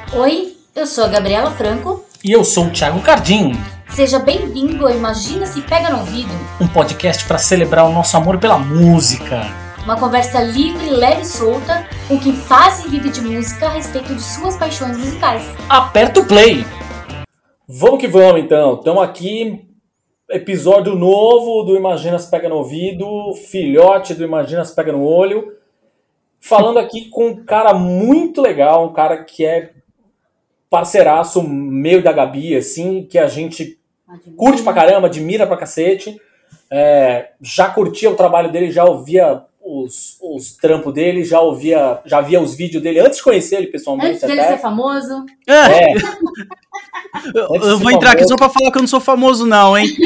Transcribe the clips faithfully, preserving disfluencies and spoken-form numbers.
Oi, eu sou a Gabriela Franco. E eu sou o Thiago Cardim. Seja bem-vindo ao Imagina Se Pega no Ouvido, um podcast para celebrar o nosso amor pela música. Uma conversa livre, leve e solta com quem faz e vive de música a respeito de suas paixões musicais. Aperta o play! Vamos que vamos, então. Estamos aqui, episódio novo do Imagina Se Pega no Ouvido, filhote do Imagina Se Pega no Olho. Falando aqui com um cara muito legal, um cara que é parceiraço meio da Gabi, assim, que a gente curte pra caramba, admira pra cacete. É, já curtia o trabalho dele, já ouvia os, os trampos dele, já ouvia, já via os vídeos dele antes de conhecer ele pessoalmente. Antes dele até. ser famoso. É. Eu, eu vou entrar famoso. Aqui só pra falar que eu não sou famoso não, hein?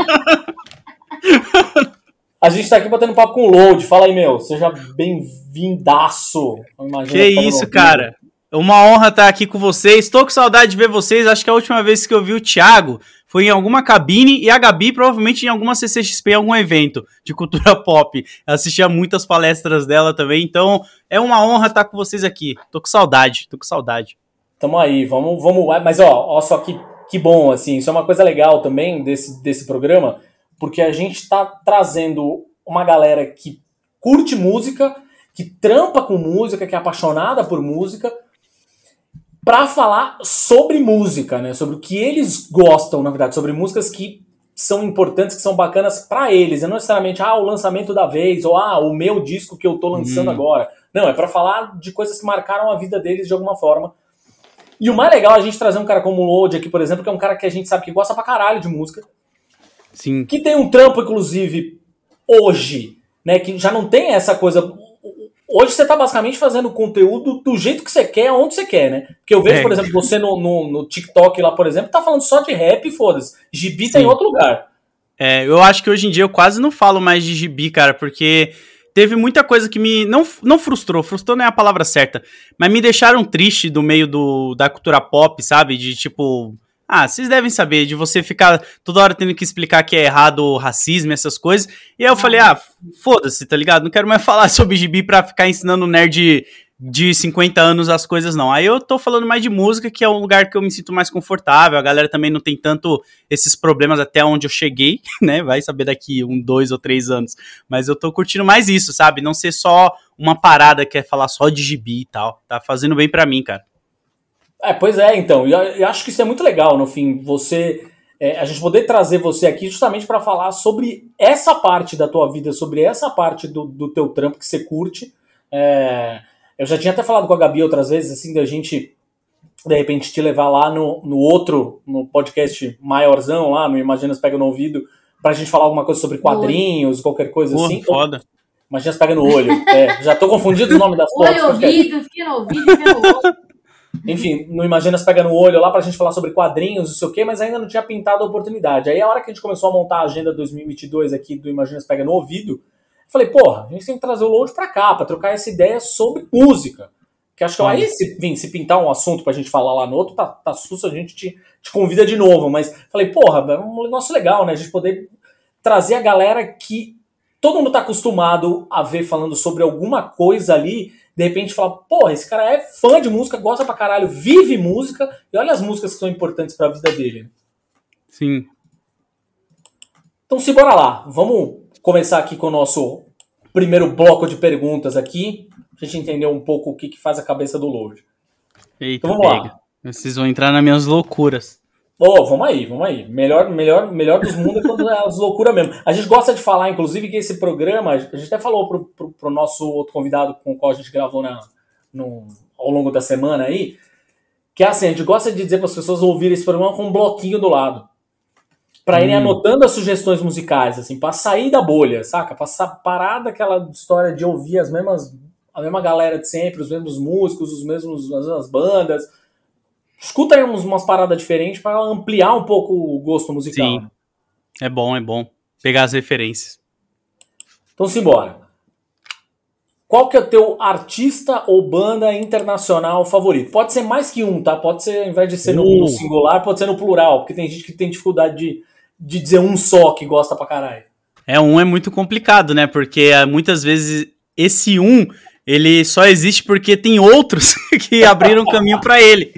A gente tá aqui batendo papo com o Load. Fala aí, meu. Seja bem-vindaço. Que isso, cara. Uma honra estar aqui com vocês. Tô com saudade de ver vocês. Acho que a última vez que eu vi o Thiago foi em alguma cabine e a Gabi provavelmente em alguma C C X P, em algum evento de cultura pop. Eu assistia muitas palestras dela também. Então, é uma honra estar com vocês aqui. Tô com saudade, tô com saudade. Tamo aí, vamos, vamos. Mas ó, ó só que, que bom, assim. Isso é uma coisa legal também desse, desse programa, porque a gente tá trazendo uma galera que curte música, que trampa com música, que é apaixonada por música, para falar sobre música, né? Sobre o que eles gostam, na verdade, sobre músicas que são importantes, que são bacanas para eles. Não necessariamente, ah, o lançamento da vez, ou ah, o meu disco que eu tô lançando hum. agora. Não, é para falar de coisas que marcaram a vida deles de alguma forma. E o mais legal é a gente trazer um cara como o Load aqui, por exemplo, que é um cara que a gente sabe que gosta pra caralho de música. Sim. Que tem um trampo, inclusive, hoje, né? Que já não tem essa coisa... Hoje você tá basicamente fazendo conteúdo do jeito que você quer, onde você quer, né? Porque eu vejo, é. por exemplo, você no, no, no TikTok lá, por exemplo, tá falando só de rap e foda-se. Gibi tá em outro lugar. É, eu acho que hoje em dia eu quase não falo mais de gibi, cara, porque teve muita coisa que me... Não, não frustrou, frustrou não é a palavra certa, mas me deixaram triste do meio do, da cultura pop, sabe? De tipo... Ah, vocês devem saber, de você ficar toda hora tendo que explicar que é errado o racismo, essas coisas. E aí eu falei, ah, foda-se, tá ligado? Não quero mais falar sobre gibi pra ficar ensinando nerd de cinquenta anos as coisas, não. Aí eu tô falando mais de música, que é um lugar que eu me sinto mais confortável. A galera também não tem tanto esses problemas até onde eu cheguei, né? Vai saber daqui um, dois ou três anos. Mas eu tô curtindo mais isso, sabe? Não ser só uma parada que é falar só de gibi e tal. Tá fazendo bem pra mim, cara. É, pois é, então, eu acho que isso é muito legal, no fim, você, é, a gente poder trazer você aqui justamente para falar sobre essa parte da tua vida, sobre essa parte do, do teu trampo que você curte. É, eu já tinha até falado com a Gabi outras vezes, assim, da gente, de repente, te levar lá no, no outro, no podcast maiorzão lá, no Imagina Se Pega no Ouvido, pra gente falar alguma coisa sobre quadrinhos, Oi. qualquer coisa Porra, assim. Foda. Imagina Se Pega no Olho, é, já tô confundindo o nome das fotos. Olho, ouvido, fica no ouvido, fica no olho. Enfim, no Imagina Se Pega no Olho lá pra gente falar sobre quadrinhos, não sei o quê, mas ainda não tinha pintado a oportunidade. Aí a hora que a gente começou a montar a agenda dois mil e vinte e dois aqui do Imagina Se Pega no Ouvido, eu falei, porra, a gente tem que trazer o Load pra cá, pra trocar essa ideia sobre música. Que acho que aí, se, vim, se pintar um assunto pra gente falar lá no outro, tá, tá susto, a gente te, te convida de novo. Mas falei, porra, é um negócio legal, né? A gente poder trazer a galera que todo mundo tá acostumado a ver falando sobre alguma coisa ali, de repente fala, porra, esse cara é fã de música, gosta pra caralho, vive música, e olha as músicas que são importantes pra vida dele. Sim. Então, se bora lá. Vamos começar aqui com o nosso primeiro bloco de perguntas aqui, pra gente entender um pouco o que, que faz a cabeça do Load. Eita, então, vamos pega. lá. Vocês vão entrar nas minhas loucuras. Oh, vamos aí, vamos aí. Melhor, melhor, melhor dos mundos é quando é as loucuras mesmo. A gente gosta de falar, inclusive, que esse programa, a gente até falou pro, pro, pro nosso outro convidado com o qual a gente gravou na, no, ao longo da semana aí, que é assim, a gente gosta de dizer para as pessoas ouvirem esse programa com um bloquinho do lado. Pra irem hum. anotando as sugestões musicais, assim, pra sair da bolha, saca? Pra parar daquela história de ouvir as mesmas, a mesma galera de sempre, os mesmos músicos, os mesmos, as mesmas bandas. Escuta aí uns, umas paradas diferentes para ampliar um pouco o gosto musical. Sim, é bom, é bom. Pegar as referências. Então, simbora. Qual que é o teu artista ou banda internacional favorito? Pode ser mais que um, tá? Pode ser, ao invés de ser uh. no, no singular, pode ser no plural, porque tem gente que tem dificuldade de, de dizer um só que gosta pra caralho. É, um é muito complicado, né? Porque muitas vezes esse um ele só existe porque tem outros que abriram caminho pra ele.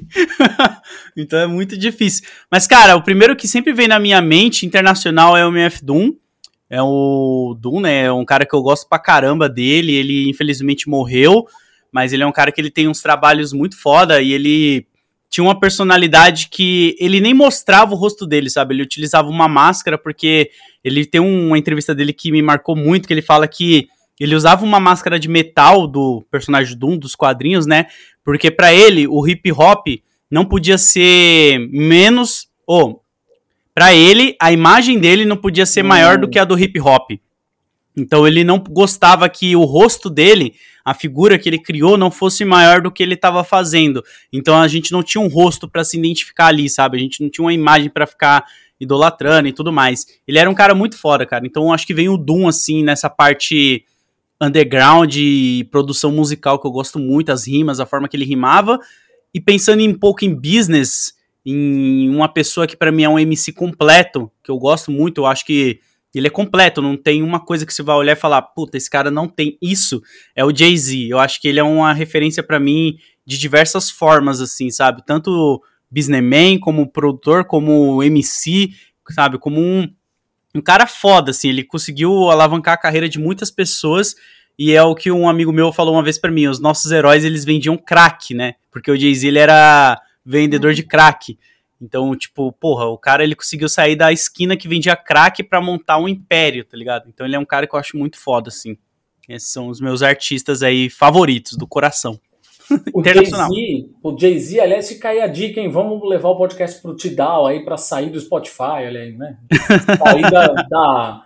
Então é muito difícil. Mas, cara, o primeiro que sempre vem na minha mente internacional é o M F Doom. É o Doom, né? É um cara que eu gosto pra caramba dele. Ele, infelizmente, morreu. Mas ele é um cara que ele tem uns trabalhos muito foda. E ele tinha uma personalidade que ele nem mostrava o rosto dele, sabe? Ele utilizava uma máscara porque ele tem uma entrevista dele que me marcou muito, que ele fala que ele usava uma máscara de metal do personagem Doom, dos quadrinhos, né? Porque pra ele, o hip hop não podia ser menos... Ou, oh, pra ele, a imagem dele não podia ser maior do que a do hip hop. Então ele não gostava que o rosto dele, a figura que ele criou, não fosse maior do que ele estava fazendo. Então a gente não tinha um rosto pra se identificar ali, sabe? A gente não tinha uma imagem pra ficar idolatrando e tudo mais. Ele era um cara muito foda, cara. Então acho que vem o Doom, assim, nessa parte underground e produção musical que eu gosto muito, as rimas, a forma que ele rimava. E pensando um pouco em business, em uma pessoa que pra mim é um M C completo, que eu gosto muito, eu acho que ele é completo, não tem uma coisa que você vai olhar e falar, puta, esse cara não tem isso, é o Jay-Z. Eu acho que ele é uma referência pra mim de diversas formas, assim, sabe? Tanto businessman, como produtor, como M C, sabe? Como um, um cara foda, assim. Ele conseguiu alavancar a carreira de muitas pessoas e é o que um amigo meu falou uma vez pra mim, os nossos heróis, eles vendiam crack, né? Porque o Jay-Z, ele era vendedor de crack. Então, tipo, porra, o cara, ele conseguiu sair da esquina que vendia crack pra montar um império, tá ligado? Então ele é um cara que eu acho muito foda, assim. Esses são os meus artistas aí favoritos, do coração. O Internacional. Jay-Z, o Jay-Z, aliás, fica aí a dica, hein? Vamos levar o podcast pro Tidal aí pra sair do Spotify, olha aí, né? Sair da, da,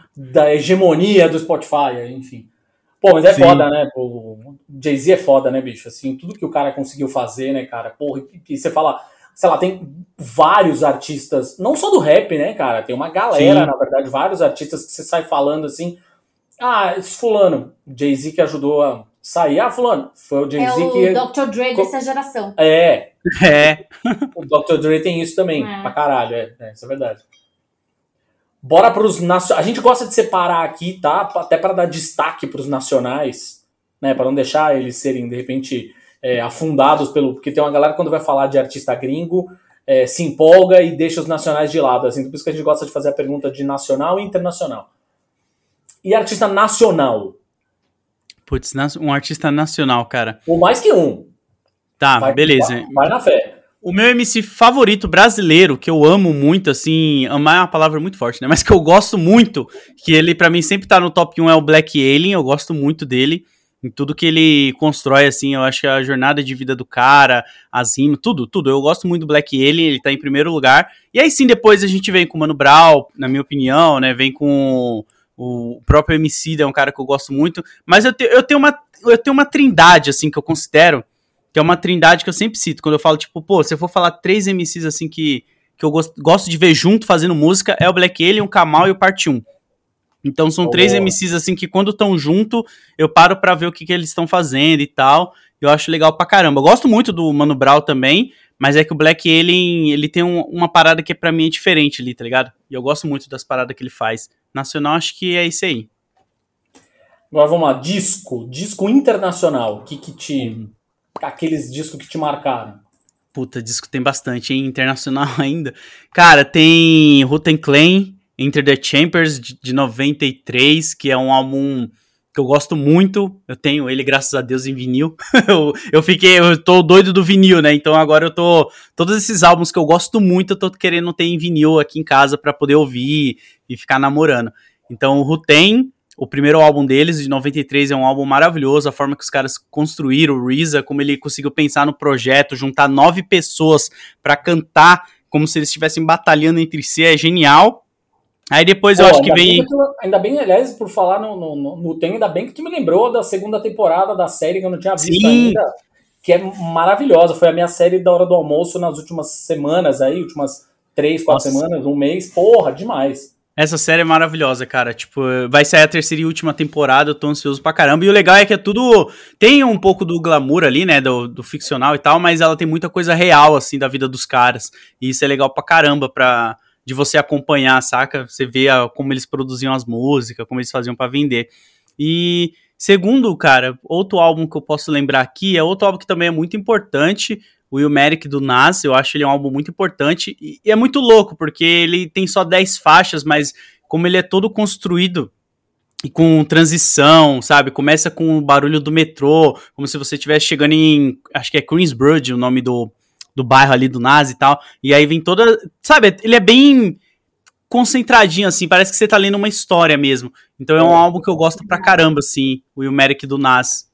da hegemonia do Spotify, enfim. Pô, mas é Sim. foda, né? O Jay-Z é foda, né, bicho? Assim, tudo que o cara conseguiu fazer, né, cara? Porra, e, e você fala... Sei lá, tem vários artistas, não só do rap, né, cara? Tem uma galera, Sim. na verdade, vários artistas que você sai falando assim, ah, esse fulano, Jay-Z que ajudou a sair. Ah, fulano, foi o Jay-Z é que... É o doutor Dre dessa geração. É. É. O doutor Dre tem isso também, é. pra caralho, é, é, isso é verdade. Bora pros nacionais. A gente gosta de separar aqui, tá? Até para dar destaque pros nacionais, né? Para não deixar eles serem, de repente... É, afundados pelo... Porque tem uma galera, quando vai falar de artista gringo, é, se empolga e deixa os nacionais de lado. Assim, por isso que a gente gosta de fazer a pergunta de nacional e internacional. E artista nacional? Putz, um artista nacional, cara. Ou mais que um. Tá, vai, beleza. Vai, vai na fé. O meu M C favorito brasileiro, que eu amo muito, assim... Amar é uma palavra muito forte, né? Mas que eu gosto muito, que ele pra mim sempre tá no top um, é o Black Alien. Eu gosto muito dele. Em tudo que ele constrói, assim, eu acho que a jornada de vida do cara, as rimas, tudo, tudo. Eu gosto muito do Black Alien, ele tá em primeiro lugar. E aí sim, depois a gente vem com o Mano Brown, na minha opinião, né? Vem com o próprio Emicida, é um cara que eu gosto muito. Mas eu, te, eu, tenho uma, eu tenho uma trindade, assim, que eu considero, que é uma trindade que eu sempre cito. Quando eu falo, tipo, pô, se eu for falar três M Cs, assim, que, que eu gosto, gosto de ver junto fazendo música, é o Black Alien, o Kamal e o Parte um. Então são oh. três M Cs assim que quando estão junto, eu paro pra ver o que, que eles estão fazendo e tal. Eu acho legal pra caramba. Eu gosto muito do Mano Brown também, mas é que o Black Alien, ele tem um, uma parada que pra mim é diferente ali, tá ligado? E eu gosto muito das paradas que ele faz. Nacional, acho que é isso aí. Agora vamos lá, disco. Disco internacional. O que que te... Uhum. Aqueles discos que te marcaram. Puta, disco tem bastante, hein? Internacional ainda. Cara, tem Wu-Tang Clan... Enter the Chambers, de noventa e três, que é um álbum que eu gosto muito. Eu tenho ele, graças a Deus, em vinil. eu, eu fiquei, eu tô doido do vinil, né? Então agora eu tô... Todos esses álbuns que eu gosto muito, eu tô querendo ter em vinil aqui em casa pra poder ouvir e ficar namorando. Então o Wu-Tang, o primeiro álbum deles, de noventa e três, é um álbum maravilhoso. A forma que os caras construíram, o R Z A, como ele conseguiu pensar no projeto, juntar nove pessoas pra cantar como se eles estivessem batalhando entre si, é genial. Aí depois eu Pô, acho que vem... Que tu, ainda bem, aliás, por falar no, no, no, no Tem, ainda bem que tu me lembrou da segunda temporada da série que eu não tinha visto Sim. ainda, que é maravilhosa. Foi a minha série da hora do almoço nas últimas semanas aí, últimas três, quatro Nossa. semanas, um mês. Porra, demais. Essa série é maravilhosa, cara. Tipo, vai sair a terceira e última temporada, eu tô ansioso pra caramba. E o legal é que é tudo... Tem um pouco do glamour ali, né, do, do ficcional e tal, mas ela tem muita coisa real, assim, da vida dos caras. E isso é legal pra caramba, pra... de você acompanhar, saca? Você vê a, como eles produziam as músicas, como eles faziam pra vender. E Segundo, cara, outro álbum que eu posso lembrar aqui é outro álbum que também é muito importante, o Illmatic do Nas. Eu acho ele um álbum muito importante e é muito louco, porque ele tem só dez faixas, mas como ele é todo construído e com transição, sabe? Começa com o barulho do metrô, como se você estivesse chegando em, acho que é Queensbridge, o nome do, do bairro ali do Nas e tal, e aí vem toda, sabe? Ele é bem concentradinho, assim, parece que você tá lendo uma história mesmo. Então é um álbum que eu gosto pra caramba, assim, o Illmatic do Nas.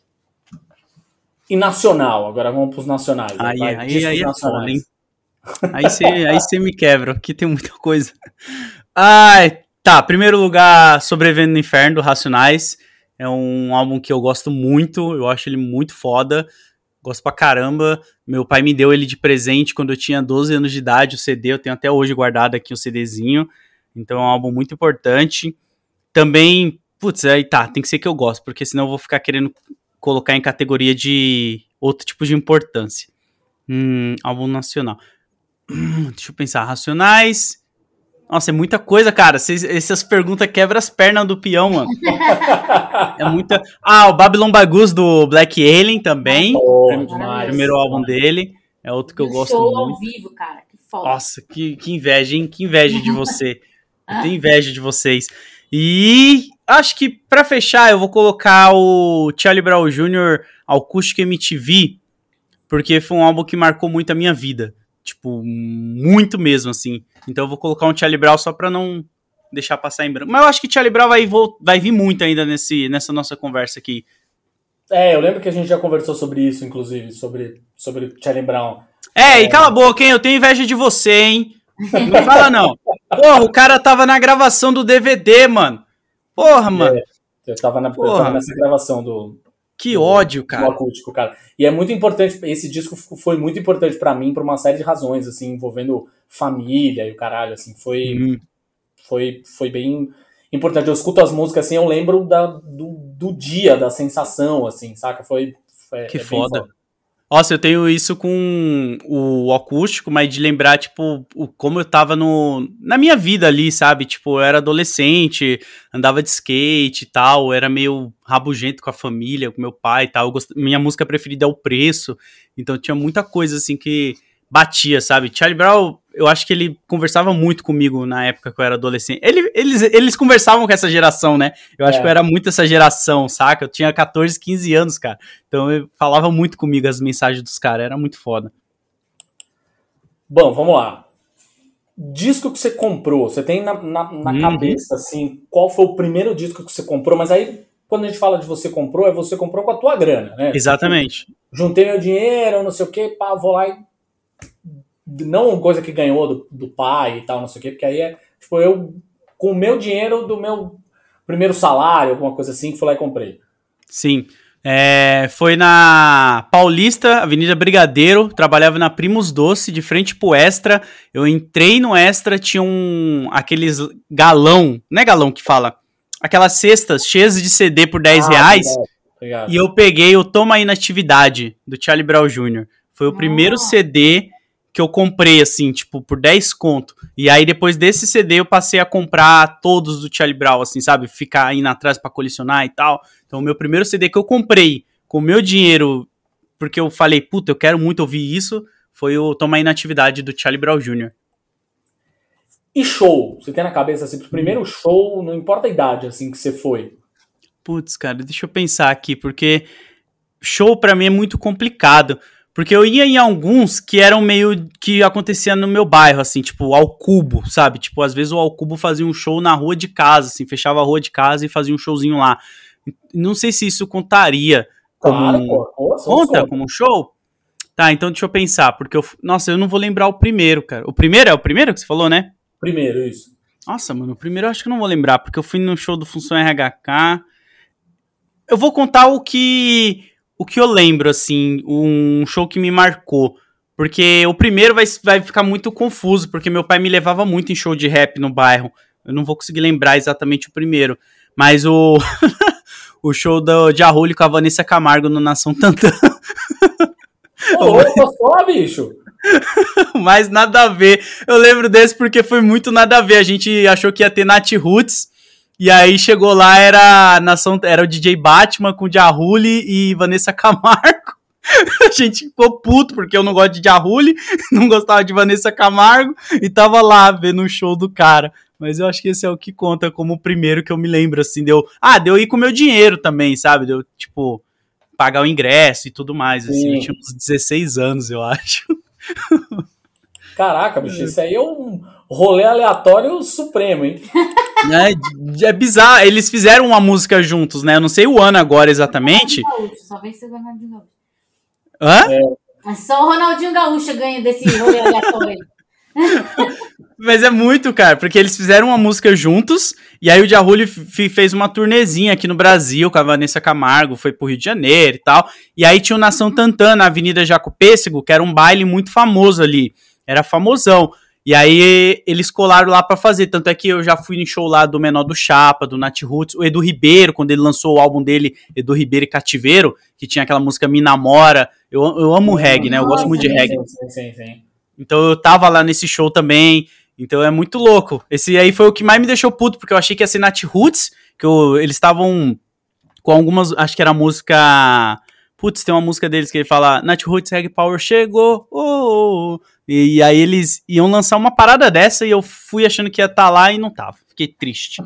E nacional, agora vamos pros nacionais. Aí, vai, aí, aí é foda, hein? Aí você aí você me quebra, aqui tem muita coisa. Ai, tá, primeiro lugar, Sobrevivendo no Inferno, do Racionais. É um álbum que eu gosto muito, eu acho ele muito foda. Gosto pra caramba. Meu pai me deu ele de presente quando eu tinha doze anos de idade, o C D. Eu tenho até hoje guardado aqui o CDzinho. Então é um álbum muito importante. Também, putz, aí tá, tem que ser que eu gosto, porque senão eu vou ficar querendo colocar em categoria de outro tipo de importância. Hum, álbum nacional. Hum, deixa eu pensar. Racionais. Nossa, é muita coisa, cara. Cês, essas perguntas quebram as pernas do peão, mano. É muita... Ah, o Babylon Bagus do Black Alien também. Oh, o demais, primeiro álbum dele. É outro que eu E o gosto show muito. ao vivo, cara. Que foda. Nossa, que, que inveja, hein? Que inveja de você. Eu tenho inveja de vocês. E acho que pra fechar eu vou colocar o Charlie Brown Júnior Acoustic M T V, porque foi um álbum que marcou muito a minha vida. Tipo, muito mesmo, assim. Então eu vou colocar um Charlie Brown só pra não deixar passar em branco. Mas eu acho que Charlie Brown vai, vai vir muito ainda nesse, nessa nossa conversa aqui. É, eu lembro que a gente já conversou sobre isso, inclusive, sobre, sobre Charlie Brown. É, é, e cala a boca, hein? Eu tenho inveja de você, hein? Não fala não. Porra, o cara tava na gravação do D V D, mano. Porra, mano. É, eu, tava na, eu tava nessa gravação do... Que do, ódio, cara. Do acústico, cara. E é muito importante, esse disco foi muito importante pra mim por uma série de razões, assim, envolvendo família e o caralho, assim, foi, hum. foi, foi bem importante. Eu escuto as músicas, assim, eu lembro da, do, do dia, da sensação, assim, saca? Foi... foi que é foda. foda. Nossa, eu tenho isso com o acústico, mas de lembrar, tipo, o, como eu tava no, na minha vida ali, sabe? Tipo, eu era adolescente, andava de skate e tal, era meio rabugento com a família, com meu pai e tal. Eu gost... Minha música preferida é O Preço, então tinha muita coisa, assim, que batia, sabe? Charlie Brown, eu acho que ele conversava muito comigo na época que eu era adolescente. Ele, eles, eles conversavam com essa geração, né? Eu acho é. que eu era muito essa geração, saca? Eu tinha catorze, quinze anos, cara. Então eu falava muito comigo as mensagens dos caras, era muito foda. Bom, vamos lá. Disco que você comprou, você tem na, na, na uhum. cabeça, assim, qual foi o primeiro disco que você comprou? Mas aí, quando a gente fala de você comprou, é você comprou com a tua grana, né? Exatamente. Tipo, juntei meu dinheiro, não sei o quê, pá, vou lá e... Não coisa que ganhou do, do pai e tal, não sei o quê, porque aí é, tipo, eu, com o meu dinheiro do meu primeiro salário, alguma coisa assim, que fui lá e comprei. Sim. É, foi na Paulista, Avenida Brigadeiro, trabalhava na Primus Doce, de frente pro Extra. Eu entrei no Extra, tinha um, aqueles galão, não é galão que fala, aquelas cestas cheias de C D por dez reais, obrigado, obrigado. E eu peguei o Toma Aí na Atividade, do Charlie Brown Júnior Foi o primeiro oh. C D que eu comprei, assim, tipo, por dez conto. E aí, depois desse C D, eu passei a comprar todos do Charlie Brown, assim, sabe? Ficar indo atrás pra colecionar e tal. Então, o meu primeiro C D que eu comprei com o meu dinheiro, porque eu falei, puta, eu quero muito ouvir isso, foi o Toma Aí na Atividade do Charlie Brown Júnior E show? Você tem na cabeça, assim, pro primeiro show, não importa a idade, assim, que você foi? Putz, cara, deixa eu pensar aqui, porque show pra mim é muito complicado. Porque eu ia em alguns que eram meio que acontecia no meu bairro, assim, tipo, ao cubo, sabe? Tipo, às vezes o Ao Cubo fazia um show na rua de casa, assim, fechava a rua de casa e fazia um showzinho lá. Não sei se isso contaria como... Claro, pô. Pô, Conta como um show? Tá, então deixa eu pensar, porque eu... Nossa, eu não vou lembrar o primeiro, cara. O primeiro é o primeiro que você falou, né? Primeiro, isso. Nossa, mano, o primeiro eu acho que eu não vou lembrar, porque eu fui no show do Função R H K. Eu vou contar o que... O que eu lembro, assim, um show que me marcou. Porque o primeiro vai, vai ficar muito confuso, porque meu pai me levava muito em show de rap no bairro. Eu não vou conseguir lembrar exatamente o primeiro. Mas o, o show do de Arrulho com a Vanessa Camargo no Nação Tantã. Ô, opa, só, bicho! Mas nada a ver. Eu lembro desse porque foi muito nada a ver. A gente achou que ia ter Nat Roots. E aí chegou lá, era a nação, era o D J Batman com Ja Rule e Vanessa Camargo. A gente ficou puto, porque eu não gosto de Ja Rule, não gostava de Vanessa Camargo, e tava lá vendo o show do cara. Mas eu acho que esse é o que conta como o primeiro que eu me lembro, assim, deu... Ah, deu ir com o meu dinheiro também, sabe? Deu, tipo, pagar o ingresso e tudo mais, assim. Sim. Eu tinha uns dezesseis anos, eu acho. Caraca, bicho, isso aí é um rolê aleatório supremo, hein? É, é bizarro. Eles fizeram uma música juntos, né? Eu não sei o ano agora exatamente. Só vem ser Ronaldinho Gaúcho. Hã? É. Só o Ronaldinho Gaúcho ganha desse rolê aleatório. Mas é muito, cara, porque eles fizeram uma música juntos, e aí o Ja Rule f- fez uma turnezinha aqui no Brasil com a Vanessa Camargo, foi pro Rio de Janeiro e tal, e aí tinha o Nação Tantã na Avenida Jaco Pêssego, que era um baile muito famoso ali, era famosão, e aí eles colaram lá pra fazer, tanto é que eu já fui em show lá do Menor do Chapa, do Nat Roots, o Edu Ribeiro, quando ele lançou o álbum dele, Edu Ribeiro e Cativeiro, que tinha aquela música Me Namora, eu, eu amo reggae, né, eu gosto muito de reggae. Sim, sim, sim. Então eu tava lá nesse show também, então é muito louco. Esse aí foi o que mais me deixou puto, porque eu achei que ia ser Nat Roots, que eu, eles estavam com algumas, acho que era a música... Putz, tem uma música deles que ele fala Nat Roots Reggae Power chegou, oh, oh, oh. E, e aí eles iam lançar uma parada dessa e eu fui achando que ia estar lá e não tava. Fiquei triste.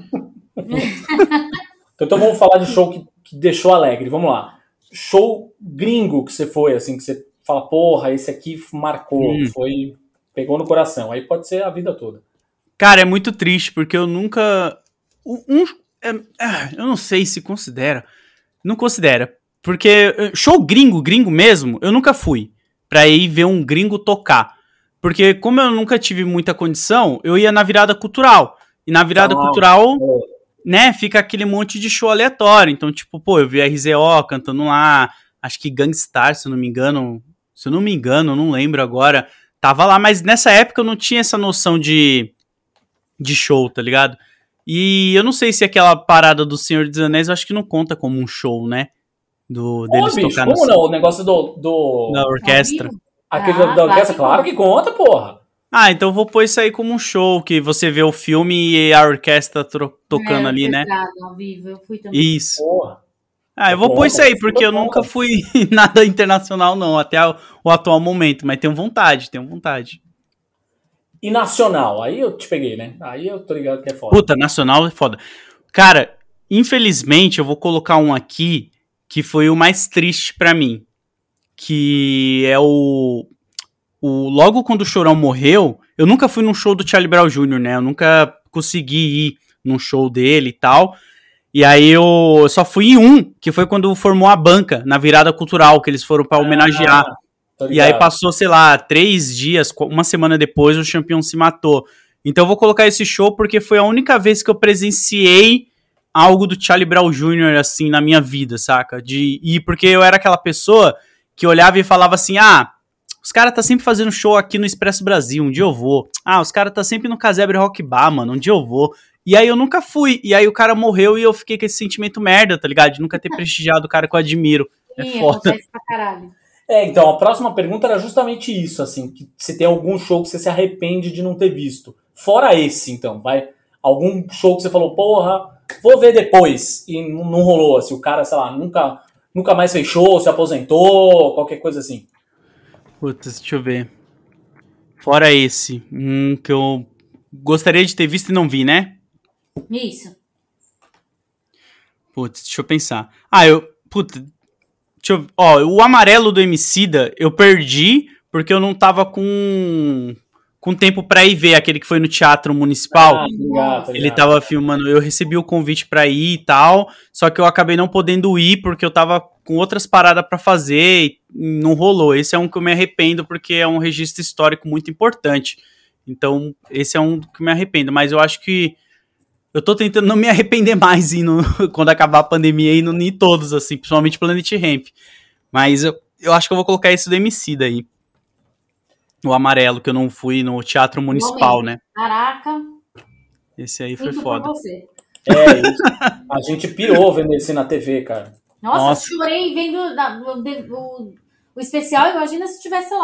Então vamos falar de show que, que deixou alegre, vamos lá. Show gringo que você foi, assim, que você fala, porra, esse aqui marcou, hum. foi... Pegou no coração. Aí pode ser a vida toda. Cara, é muito triste, porque eu nunca... Um, é, eu não sei se considera. Não considera. Porque show gringo, gringo mesmo, eu nunca fui. Pra ir ver um gringo tocar. Porque como eu nunca tive muita condição, eu ia na virada cultural. E na virada ah, cultural, é. né, fica aquele monte de show aleatório. Então, tipo, pô, eu vi R Z O cantando lá. Acho que Gangstar, se eu não me engano. Se eu não me engano, eu não lembro agora. Tava lá, mas nessa época eu não tinha essa noção de, de show, tá ligado? E eu não sei se aquela parada do Senhor dos Anéis, eu acho que não conta como um show, né? Do, deles Ô, bicho, tocar como no... não? O negócio do... do... Da orquestra. Aquele ah, da orquestra, claro, claro que conta, porra. Ah, então eu vou pôr isso aí como um show, que você vê o filme e a orquestra tro- tocando é, ali, né? Ao vivo, eu fui também. Isso. Porra. Ah, eu vou pôr isso aí, porque eu nunca fui nada internacional, não, até o, o atual momento, mas tenho vontade, tenho vontade. E nacional? Aí eu te peguei, né? Aí eu tô ligado que é foda. Puta, nacional é foda. Cara, infelizmente eu vou colocar um aqui que foi o mais triste pra mim, que é o... o logo quando o Chorão morreu, eu nunca fui num show do Charlie Brown Júnior, né? Eu nunca consegui ir num show dele e tal... E aí eu só fui em um, que foi quando formou a banca, na virada cultural, que eles foram pra homenagear. Ah, e aí passou, sei lá, três dias, uma semana depois, o Champion se matou. Então eu vou colocar esse show porque foi a única vez que eu presenciei algo do Charlie Brown Júnior, assim, na minha vida, saca? De, e porque eu era aquela pessoa que olhava e falava assim, ah, os caras tá sempre fazendo show aqui no Expresso Brasil, um dia eu vou. Ah, os caras tá sempre no Casebre Rock Bar, mano, um dia eu vou. E aí eu nunca fui, e aí o cara morreu e eu fiquei com esse sentimento merda, tá ligado? De nunca ter prestigiado o cara que eu admiro. É Sim, foda. Pra caralho. É, então, a próxima pergunta era justamente isso, assim, que se tem algum show que você se arrepende de não ter visto. Fora esse, então, vai, algum show que você falou, porra, vou ver depois, e não, não rolou, assim, o cara, sei lá, nunca, nunca mais fez show, se aposentou, qualquer coisa assim. Putz, deixa eu ver. Fora esse, um que eu gostaria de ter visto e não vi, né? Isso. Putz, deixa eu pensar. Ah, eu... Putz, deixa eu... Ó, o amarelo do Emicida eu perdi porque eu não tava com... com tempo pra ir ver, aquele que foi no Teatro Municipal. Ah, obrigado, Ele tava filmando, eu recebi o convite pra ir e tal, só que eu acabei não podendo ir porque eu tava com outras paradas pra fazer e não rolou. Esse é um que eu me arrependo porque é um registro histórico muito importante. Então, esse é um que eu me arrependo, mas eu acho que eu tô tentando não me arrepender mais indo, quando acabar a pandemia, indo em todos, assim, principalmente Planet Hemp. Mas eu, eu acho que eu vou colocar esse do Emicida aí. O amarelo, que eu não fui no Teatro Municipal, né? Caraca. Esse aí foi Muito foda. você. É, isso. A gente pirou vendo esse na T V, cara. Nossa, Nossa. chorei vendo da, o, o, o especial, imagina se estivesse lá.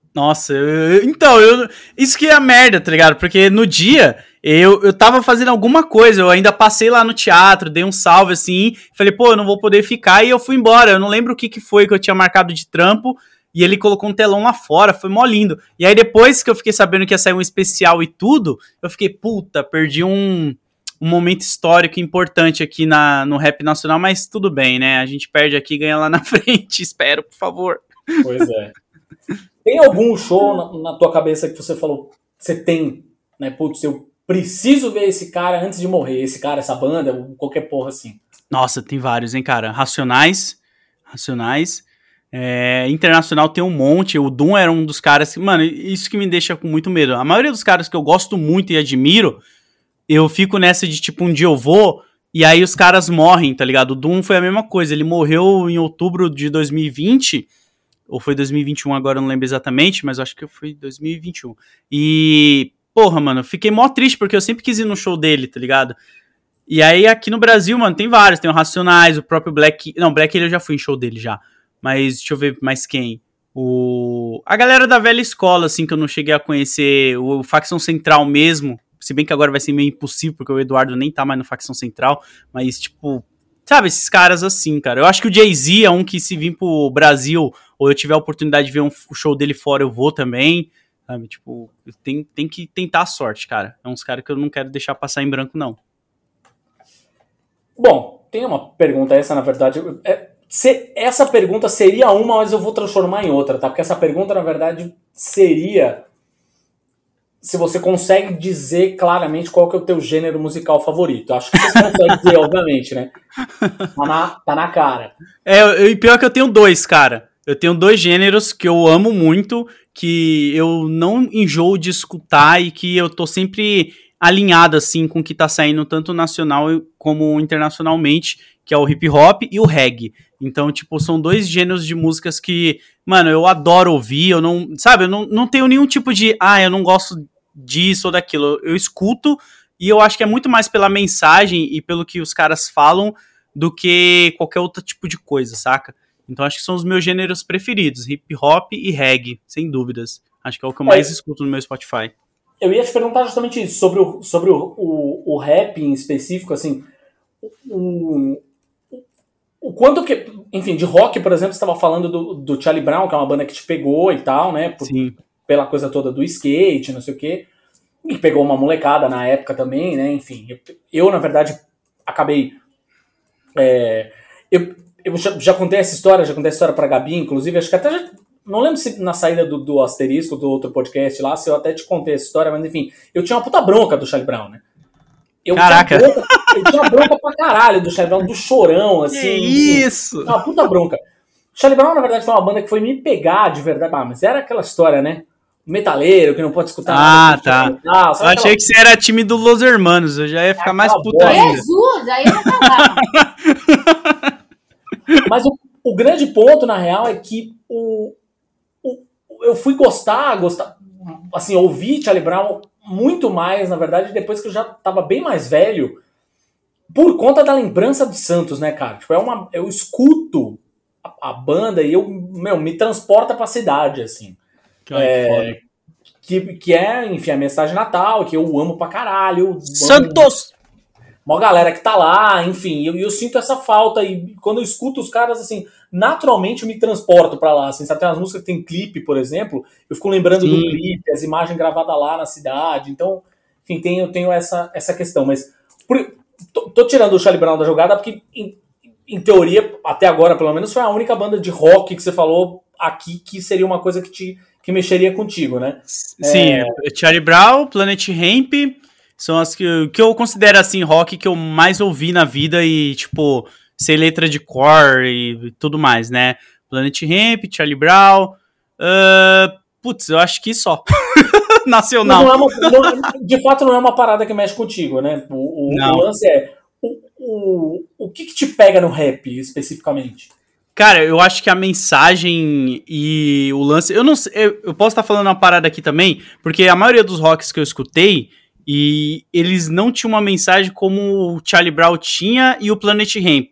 Nossa, eu, eu- então, eu, isso que é a merda, tá ligado? Porque no dia eu, eu tava fazendo alguma coisa, eu ainda passei lá no teatro, dei um salve assim, falei, pô, eu não vou poder ficar, e eu fui embora. Eu não lembro o que que foi que eu tinha marcado de trampo, e ele colocou um telão lá fora, foi mó lindo. E aí depois que eu fiquei sabendo que ia sair um especial e tudo, eu fiquei, puta, perdi um, um momento histórico importante aqui na, no rap nacional, mas tudo bem, né? A gente perde aqui e ganha lá na frente, espero, por favor. Pois é. Tem algum show na, na tua cabeça que você falou, você tem, né? Putz, eu preciso ver esse cara antes de morrer, esse cara, essa banda, ou qualquer porra assim. Nossa, tem vários, hein, cara? Racionais, Racionais. É, internacional tem um monte. O Doom era um dos caras que, mano, isso que me deixa com muito medo. A maioria dos caras que eu gosto muito e admiro, eu fico nessa de tipo, um dia eu vou e aí os caras morrem, tá ligado? O Doom foi a mesma coisa. Ele morreu em outubro de dois mil e vinte, ou foi dois mil e vinte e um, agora eu não lembro exatamente, mas eu acho que foi dois mil e vinte e um. E, porra, mano, eu fiquei mó triste porque eu sempre quis ir no show dele, tá ligado? E aí aqui no Brasil, mano, tem vários. Tem o Racionais, o próprio Black... Não, Black eu já fui em show dele já. Mas deixa eu ver mais quem. O... A galera da velha escola, assim, que eu não cheguei a conhecer. O Facção Central mesmo. Se bem que agora vai ser meio impossível, porque o Eduardo nem tá mais no Facção Central. Mas, tipo... Sabe, esses caras assim, cara. Eu acho que o Jay-Z é um que, se vir pro Brasil, ou eu tiver a oportunidade de ver um show dele fora, eu vou também. Sabe, tipo... Tem, tem que tentar a sorte, cara. É uns caras que eu não quero deixar passar em branco, não. Bom, tem uma pergunta essa, na verdade. É, se, essa pergunta seria uma, mas eu vou transformar em outra, tá? Porque essa pergunta, na verdade, seria se você consegue dizer claramente qual que é o teu gênero musical favorito. Acho que você consegue dizer, obviamente, né? Tá na, tá na cara. É, e pior que eu tenho dois, cara. Eu tenho dois gêneros que eu amo muito, que eu não enjoo de escutar e que eu tô sempre alinhado, assim, com o que tá saindo tanto nacional como internacionalmente, que é o hip hop e o reggae. Então, tipo, são dois gêneros de músicas que, mano, eu adoro ouvir, eu não, sabe, eu não, não tenho nenhum tipo de, ah, eu não gosto disso ou daquilo. Eu escuto e eu acho que é muito mais pela mensagem e pelo que os caras falam do que qualquer outro tipo de coisa, saca? Então acho que são os meus gêneros preferidos, hip hop e reggae, sem dúvidas. Acho que é o que eu mais é. escuto no meu Spotify. Eu ia te perguntar justamente isso, sobre o, sobre o, o, o rap em específico, assim, o, o quanto que, enfim, de rock, por exemplo, você estava falando do, do Charlie Brown, que é uma banda que te pegou e tal, né, por, Sim. pela coisa toda do skate, não sei o quê, e pegou uma molecada na época também, né, enfim, eu, eu na verdade, acabei, é, eu, eu já, já contei essa história, já contei essa história pra Gabi, inclusive, acho que até já, não lembro se na saída do, do Asterisco, do outro podcast lá, se eu até te contei essa história, mas enfim, eu tinha uma puta bronca do Charlie Brown, né? Eu Caraca! Tinha bronca, eu tinha bronca pra caralho do Charlie Brown, do Chorão, assim. Que isso! Uma puta bronca. Charlie Brown, na verdade, foi uma banda que foi me pegar de verdade. Ah, mas era aquela história, né? Metaleiro, que não pode escutar ah, nada. Ah, tá. Tal, eu achei aquela... que você era time do Los Hermanos, eu já ia ficar ah, mais puta ainda. Jesus, aí eu tava. Mas o, o grande ponto, na real, é que o, o, eu fui gostar, gostar, assim, ouvir Charlie Brown muito mais, na verdade, depois que eu já tava bem mais velho, por conta da lembrança de Santos, né, cara? Tipo, é uma, eu escuto a, a banda e eu, meu, me transporta pra cidade, assim. Que é, que, que é, enfim, a mensagem natal, que eu amo pra caralho. Santos! Uma galera que tá lá, enfim, eu, eu sinto essa falta e quando eu escuto os caras, assim, naturalmente eu me transporto pra lá, assim, sabe? Tem umas músicas que tem clipe, por exemplo, eu fico lembrando Sim. do clipe, as imagens gravadas lá na cidade, então, enfim, tenho, tenho essa, essa questão, mas por, tô, tô tirando o Charlie Brown da jogada porque, em, em teoria, até agora, pelo menos, foi a única banda de rock que você falou aqui que seria uma coisa que, te, que mexeria contigo, né? Sim, é... Charlie Brown, Planet Hemp... São as que, que eu considero, assim, rock que eu mais ouvi na vida e, tipo, sei letra de cor e tudo mais, né? Planet Hemp, Charlie Brown, uh, putz, eu acho que só. Nacional. Não é uma, não, de fato, não é uma parada que mexe contigo, né? O, o, o lance é, o, o, o que, que te pega no rap, especificamente? Cara, eu acho que a mensagem e o lance... Eu não sei, eu, eu posso estar falando uma parada aqui também, porque a maioria dos rocks que eu escutei, e eles não tinham uma mensagem como o Charlie Brown tinha e o Planet Hemp.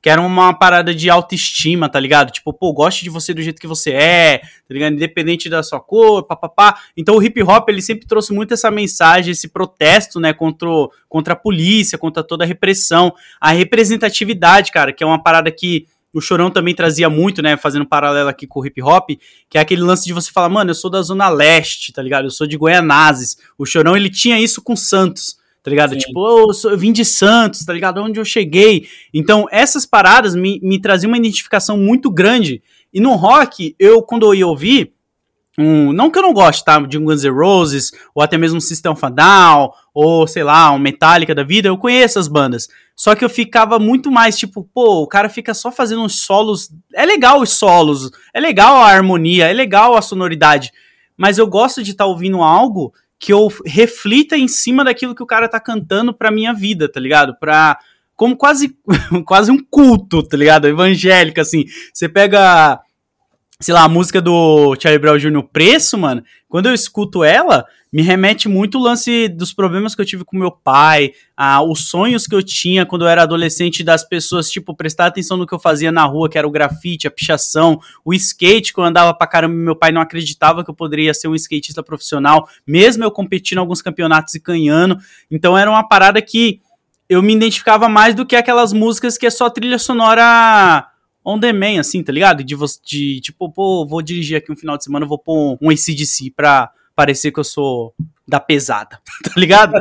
que era uma parada de autoestima, tá ligado? Tipo, pô, goste de você do jeito que você é, tá ligado? Independente da sua cor, papapá. Então o hip hop, ele sempre trouxe muito essa mensagem, esse protesto, né, contra, o, contra a polícia, contra toda a repressão, a representatividade, cara, que é uma parada que o Chorão também trazia muito, né, fazendo um paralelo aqui com o hip hop, que é aquele lance de você falar, mano, eu sou da Zona Leste, tá ligado? Eu sou de Goianazes. O Chorão, ele tinha isso com Santos, tá ligado? Sim. Tipo, oh, eu, sou, eu vim de Santos, tá ligado? Onde eu cheguei. Então, essas paradas me, me traziam uma identificação muito grande. E no rock, eu, quando eu ia ouvir, um, não que eu não goste, tá? De um Guns N' Roses, ou até mesmo um System of a Down, ou, sei lá, um Metallica da vida, eu conheço as bandas. Só que eu ficava muito mais, tipo, pô, o cara fica só fazendo uns solos. É legal os solos, é legal a harmonia, é legal a sonoridade. Mas eu gosto de estar tá ouvindo algo que eu reflita em cima daquilo que o cara tá cantando pra minha vida, tá ligado? Pra, como quase, quase um culto, tá ligado? Evangélico, assim. Você pega, sei lá, a música do Charlie Brown Júnior Preço, mano, quando eu escuto ela, me remete muito o lance dos problemas que eu tive com meu pai, a, os sonhos que eu tinha quando eu era adolescente, das pessoas, tipo, prestar atenção no que eu fazia na rua, que era o grafite, a pichação, o skate, que eu andava pra caramba, meu pai não acreditava que eu poderia ser um skatista profissional, mesmo eu competindo em alguns campeonatos e ganhando. Então era uma parada que eu me identificava mais do que aquelas músicas que é só trilha sonora on demand, assim, tá ligado? De, de tipo, pô, vou dirigir aqui um final de semana, eu vou pôr um A C D C pra parecer que eu sou da pesada, tá ligado?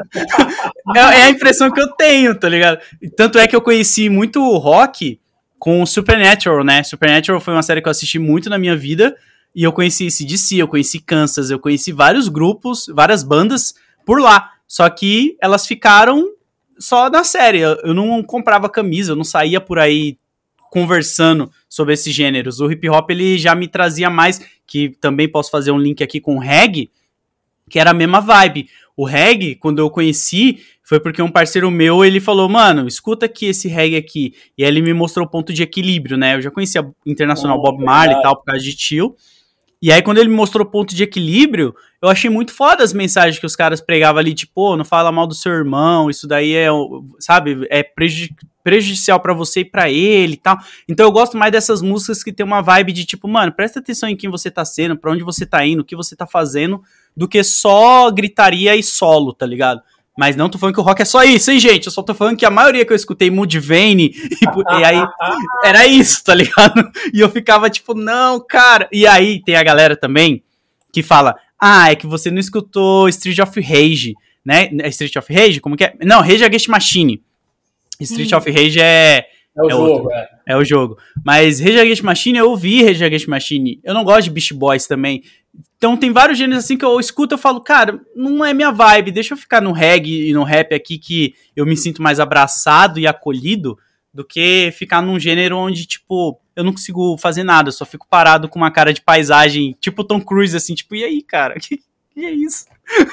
é, é a impressão que eu tenho, tá ligado? Tanto é que eu conheci muito rock com Supernatural, né? Supernatural foi uma série que eu assisti muito na minha vida, e eu conheci A C D C, eu conheci Kansas, eu conheci vários grupos, várias bandas por lá, só que elas ficaram só na série, eu não comprava camisa, eu não saía por aí conversando sobre esses gêneros. O hip hop, ele já me trazia mais, que também posso fazer um link aqui com o reggae, que era a mesma vibe. O reggae, quando eu conheci, foi porque um parceiro meu, ele falou, mano, escuta aqui esse reggae aqui. E aí ele me mostrou o ponto de equilíbrio, né? Eu já conhecia o Internacional oh, Bob Marley e tal, por causa de Tio. E aí quando ele me mostrou o ponto de equilíbrio, eu achei muito foda as mensagens que os caras pregavam ali, tipo, oh, não fala mal do seu irmão, isso daí é, sabe, é prejudici- prejudicial pra você e pra ele e tal. Então eu gosto mais dessas músicas que tem uma vibe de tipo, mano, presta atenção em quem você tá sendo, pra onde você tá indo, o que você tá fazendo, do que só gritaria e solo, tá ligado? Mas não tô falando que o rock é só isso, hein, gente? Eu só tô falando que a maioria que eu escutei Mudvayne, e, e aí era isso, tá ligado? E eu ficava tipo, não, cara. E aí tem a galera também que fala, ah, é que você não escutou Street of Rage, né? Street of Rage? Como que é? Não, Rage Against the Machine. Street hum. of Rage é... É o é jogo, outro. é. É o jogo. Mas Rage Against the Machine, eu ouvi Rage Against the Machine. Eu não gosto de Beast Boys também. Então tem vários gêneros assim que eu escuto e eu falo, cara, não é minha vibe, deixa eu ficar no reggae e no rap aqui que eu me sinto mais abraçado e acolhido do que ficar num gênero onde, tipo, eu não consigo fazer nada, eu só fico parado com uma cara de paisagem, tipo Tom Cruise, assim, tipo, e aí, cara? Que, que é isso?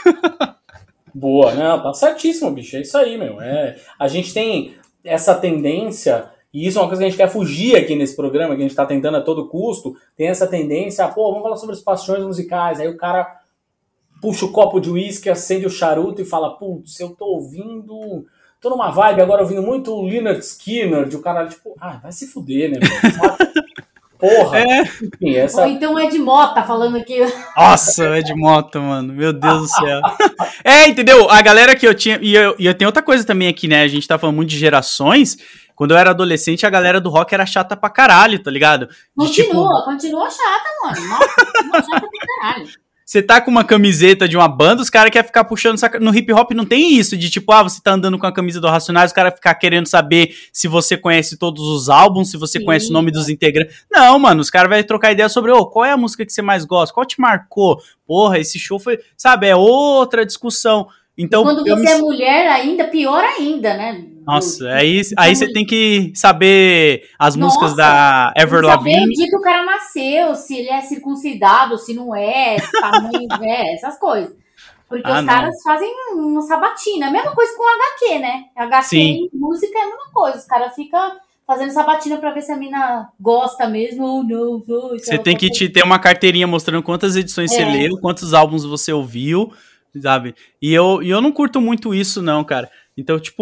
Boa, não, tá certíssimo, bicho, é isso aí, meu. É, a gente tem essa tendência... E isso é uma coisa que a gente quer fugir aqui nesse programa, que a gente tá tentando a todo custo, tem essa tendência, pô, vamos falar sobre as paixões musicais, aí o cara puxa o copo de uísque, acende o charuto e fala, putz, eu tô ouvindo, tô numa vibe agora ouvindo muito o Lynyrd Skynyrd, o cara tipo, ah, vai se fuder, né, meu? Porra! É. Enfim, essa... Ou então o Ed Mota falando aqui. Nossa, o Ed Mota, mano. Meu Deus do céu. É, entendeu? A galera que eu tinha... E eu, e eu tenho outra coisa também aqui, né? A gente tá falando muito de gerações. Quando eu era adolescente, a galera do rock era chata pra caralho, tá ligado? De, continua, tipo... continua chata, mano. Nossa, continua chata pra caralho. Você tá com uma camiseta de uma banda, os caras querem ficar puxando... Saca... No hip hop não tem isso, de tipo, ah, você tá andando com a camisa do Racionais, os caras ficar querendo saber se você conhece todos os álbuns, se você Sim. conhece o nome dos integrantes. Não, mano, os caras vão trocar ideia sobre, oh, qual é a música que você mais gosta? Qual te marcou? Porra, esse show foi... Sabe, é outra discussão. Então, e quando você me... é mulher ainda, pior ainda, né? Nossa, aí, aí você tem que saber as Nossa, músicas da Avril Lavigne. Saber o dia que o cara nasceu, se ele é circuncidado, se não é, se tá mãe é, essas coisas. Porque ah, os não. caras fazem uma sabatina. A mesma coisa com o H Q, né? H Q e música é a mesma coisa. Os caras ficam fazendo sabatina pra ver se a mina gosta mesmo ou não. Você tem que te ter uma carteirinha mostrando quantas edições é. você leu, quantos álbuns você ouviu, sabe? E eu, e eu não curto muito isso, não, cara. Então, tipo,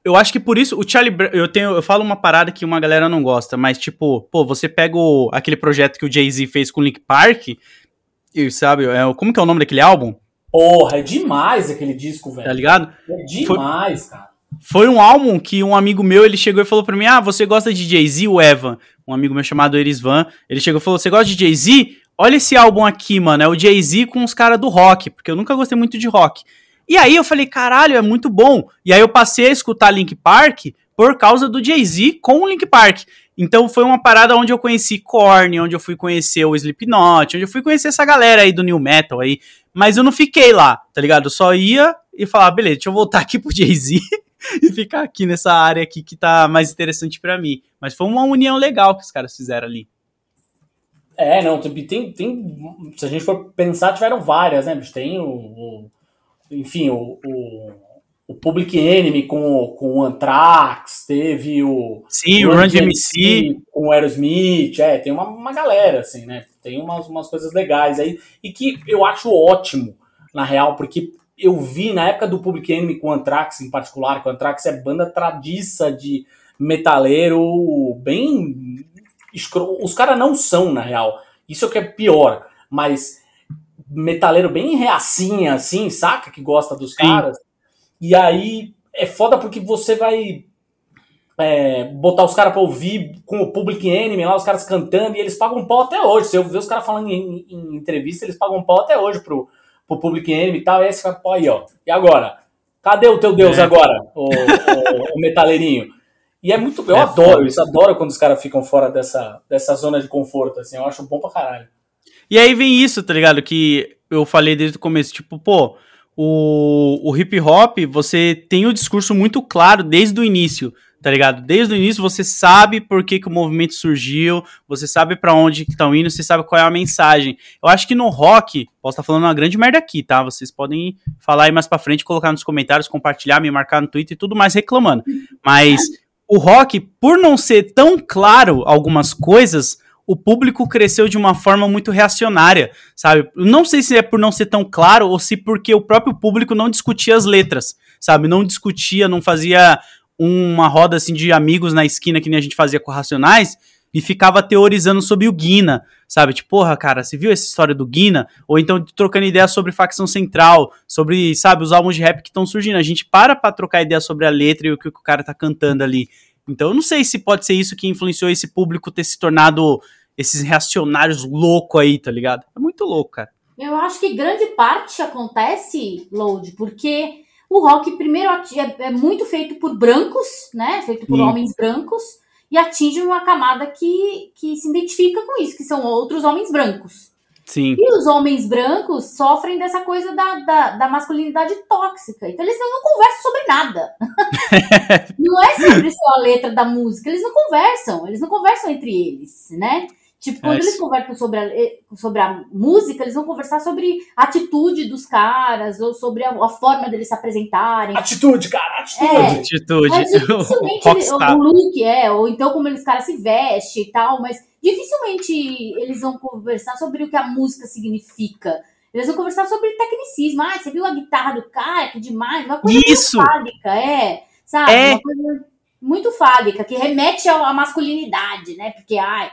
eu acho que por isso o Charlie Brown, eu tenho, eu falo uma parada que uma galera não gosta, mas tipo, pô, você pega o, aquele projeto que o Jay-Z fez com o Linkin Park, e sabe, é, como que é o nome daquele álbum? Porra, é demais aquele disco, velho. Tá ligado? É demais, foi, cara. Foi um álbum que um amigo meu, ele chegou e falou pra mim, ah, você gosta de Jay-Z, o Evan, um amigo meu chamado Erisvan, ele chegou e falou, você gosta de Jay-Z? Olha esse álbum aqui, mano, é o Jay-Z com os caras do rock, porque eu nunca gostei muito de rock. E aí eu falei, caralho, é muito bom. E aí eu passei a escutar Linkin Park por causa do Jay-Z com o Linkin Park. Então foi uma parada onde eu conheci Korn, onde eu fui conhecer o Slipknot, onde eu fui conhecer essa galera aí do New Metal aí. Mas eu não fiquei lá, tá ligado? Eu só ia e falava, beleza, deixa eu voltar aqui pro Jay-Z e ficar aqui nessa área aqui que tá mais interessante pra mim. Mas foi uma união legal que os caras fizeram ali. É, não, tem, tem se a gente for pensar, tiveram várias, né? Tem o... o enfim, o, o, o Public Enemy com, com o Anthrax, teve o... Sim, o Run D M C. Com o Aerosmith, é, tem uma, uma galera, assim, né? Tem umas, umas coisas legais aí, e que eu acho ótimo, na real, porque eu vi na época do Public Enemy com o Anthrax em particular, que o Anthrax é banda tradiça de metaleiro bem... escro... Os caras não são, na real, isso é o que é pior, mas... metaleiro bem reacinha, assim, saca? Que gosta dos Sim. caras. E aí é foda porque você vai é, botar os caras pra ouvir com o Public Enemy lá, os caras cantando, e eles pagam um pau até hoje. Se eu ver os caras falando em, em entrevista, eles pagam um pau até hoje pro, pro Public Enemy e tal. E aí você fala, pô, aí, ó. E agora? Cadê o teu Deus é. agora, o, o, o metaleirinho? E é muito... Eu é adoro foda. isso. Adoro quando os caras ficam fora dessa, dessa zona de conforto, assim. Eu acho bom pra caralho. E aí vem isso, tá ligado? Que eu falei desde o começo, tipo, pô, o, o hip hop, você tem o discurso muito claro desde o início, tá ligado? Desde o início você sabe por que, que o movimento surgiu, você sabe pra onde que estão indo, você sabe qual é a mensagem. Eu acho que no rock, posso estar falando uma grande merda aqui, tá? Vocês podem falar aí mais pra frente, colocar nos comentários, compartilhar, me marcar no Twitter e tudo mais reclamando. Mas o rock, por não ser tão claro algumas coisas... o público cresceu de uma forma muito reacionária, sabe? Não sei se é por não ser tão claro ou se porque o próprio público não discutia as letras, sabe? Não discutia, não fazia uma roda assim de amigos na esquina que nem a gente fazia com Racionais e ficava teorizando sobre o Guina, sabe? Tipo, porra, cara, você viu essa história do Guina? Ou então trocando ideia sobre Facção Central, sobre, sabe, os álbuns de rap que estão surgindo. A gente para pra trocar ideia sobre a letra e o que o cara tá cantando ali. Então eu não sei se pode ser isso que influenciou esse público ter se tornado esses reacionários loucos aí, tá ligado? É muito louco, cara. Eu acho que grande parte acontece, Load, porque o rock, primeiro, é, é muito feito por brancos, né? Feito por Sim. homens brancos, e atinge uma camada que, que se identifica com isso, que são outros homens brancos. Sim. E os homens brancos sofrem dessa coisa da, da, da masculinidade tóxica. Então eles não, não conversam sobre nada. Não é sobre só a letra da música. Eles não conversam. Eles não conversam entre eles, né? Tipo, quando é eles conversam sobre a, sobre a música, eles vão conversar sobre a atitude dos caras, ou sobre a, a forma deles se apresentarem. Atitude, cara, atitude. É, atitude. Mas dificilmente ele, o look, é, ou então como eles caras se vestem e tal, mas dificilmente eles vão conversar sobre o que a música significa. Eles vão conversar sobre tecnicismo. Ah, você viu a guitarra do cara? Que demais. Uma coisa Isso. muito fálica, é. Sabe? É. Uma coisa muito fálica, que remete à masculinidade, né? Porque, ai...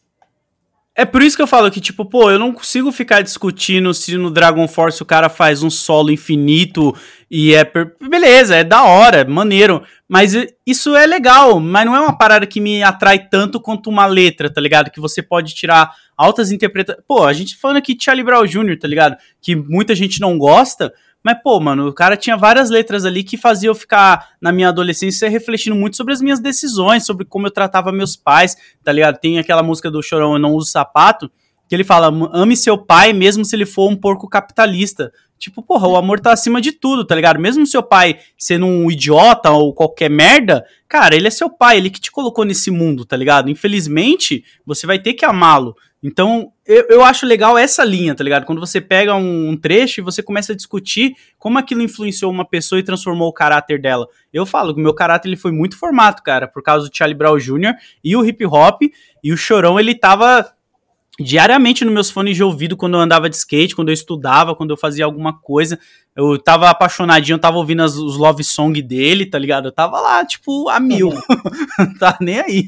É por isso que eu falo que, tipo, pô, eu não consigo ficar discutindo se no Dragon Force o cara faz um solo infinito e é... Per... Beleza, é da hora, é maneiro, mas isso é legal, mas não é uma parada que me atrai tanto quanto uma letra, tá ligado? Que você pode tirar altas interpretações... Pô, a gente falando aqui de Charlie Brown Júnior, tá ligado? Que muita gente não gosta... Mas, pô, mano, o cara tinha várias letras ali que faziam eu ficar, na minha adolescência, refletindo muito sobre as minhas decisões, sobre como eu tratava meus pais, tá ligado? Tem aquela música do Chorão, Eu Não Uso Sapato, que ele fala, ame seu pai mesmo se ele for um porco capitalista. Tipo, porra, o amor tá acima de tudo, tá ligado? Mesmo seu pai sendo um idiota ou qualquer merda, cara, ele é seu pai, ele que te colocou nesse mundo, tá ligado? Infelizmente, você vai ter que amá-lo. Então, eu, eu acho legal essa linha, tá ligado? Quando você pega um, um trecho e você começa a discutir como aquilo influenciou uma pessoa e transformou o caráter dela. Eu falo que o meu caráter ele foi muito formado, cara, por causa do Charlie Brown Júnior e o hip hop, e o Chorão, ele tava... diariamente nos meus fones de ouvido quando eu andava de skate, quando eu estudava, quando eu fazia alguma coisa. Eu tava apaixonadinho, eu tava ouvindo as, os love song dele, tá ligado? Eu tava lá, tipo, a mil. Não tá nem aí.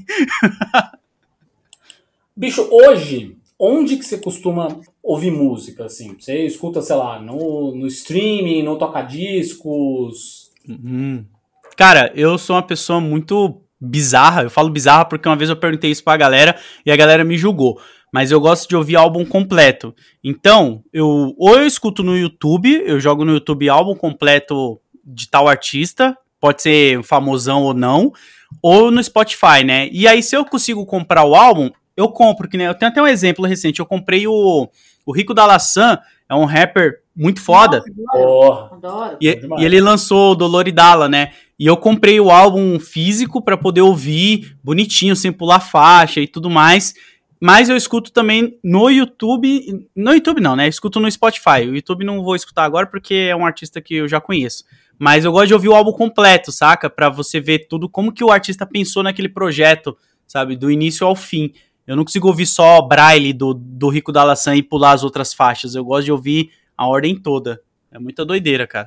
Bicho, hoje, onde que você costuma ouvir música, assim? Você escuta, sei lá, no, no streaming, no toca-discos? Hum. Cara, eu sou uma pessoa muito bizarra. Eu falo bizarra porque uma vez eu perguntei isso pra galera e a galera me julgou. Mas eu gosto de ouvir álbum completo. Então, eu ou eu escuto no YouTube, eu jogo no YouTube álbum completo de tal artista, pode ser famosão ou não, ou no Spotify, né? E aí, se eu consigo comprar o álbum, eu compro, que nem, eu tenho até um exemplo recente, eu comprei o, o Rico da Laçã, é um rapper muito foda. Nossa, adoro. E, e ele lançou o Doloridala, né? E eu comprei o álbum físico pra poder ouvir bonitinho, sem pular faixa e tudo mais. Mas eu escuto também no YouTube, no YouTube não, né? Eu escuto no Spotify. O YouTube não vou escutar agora porque é um artista que eu já conheço. Mas eu gosto de ouvir o álbum completo, saca? Pra você ver tudo, como que o artista pensou naquele projeto, sabe? Do início ao fim. Eu não consigo ouvir só Braille do, do Rico da Laçã e pular as outras faixas. Eu gosto de ouvir a ordem toda. É muita doideira, cara.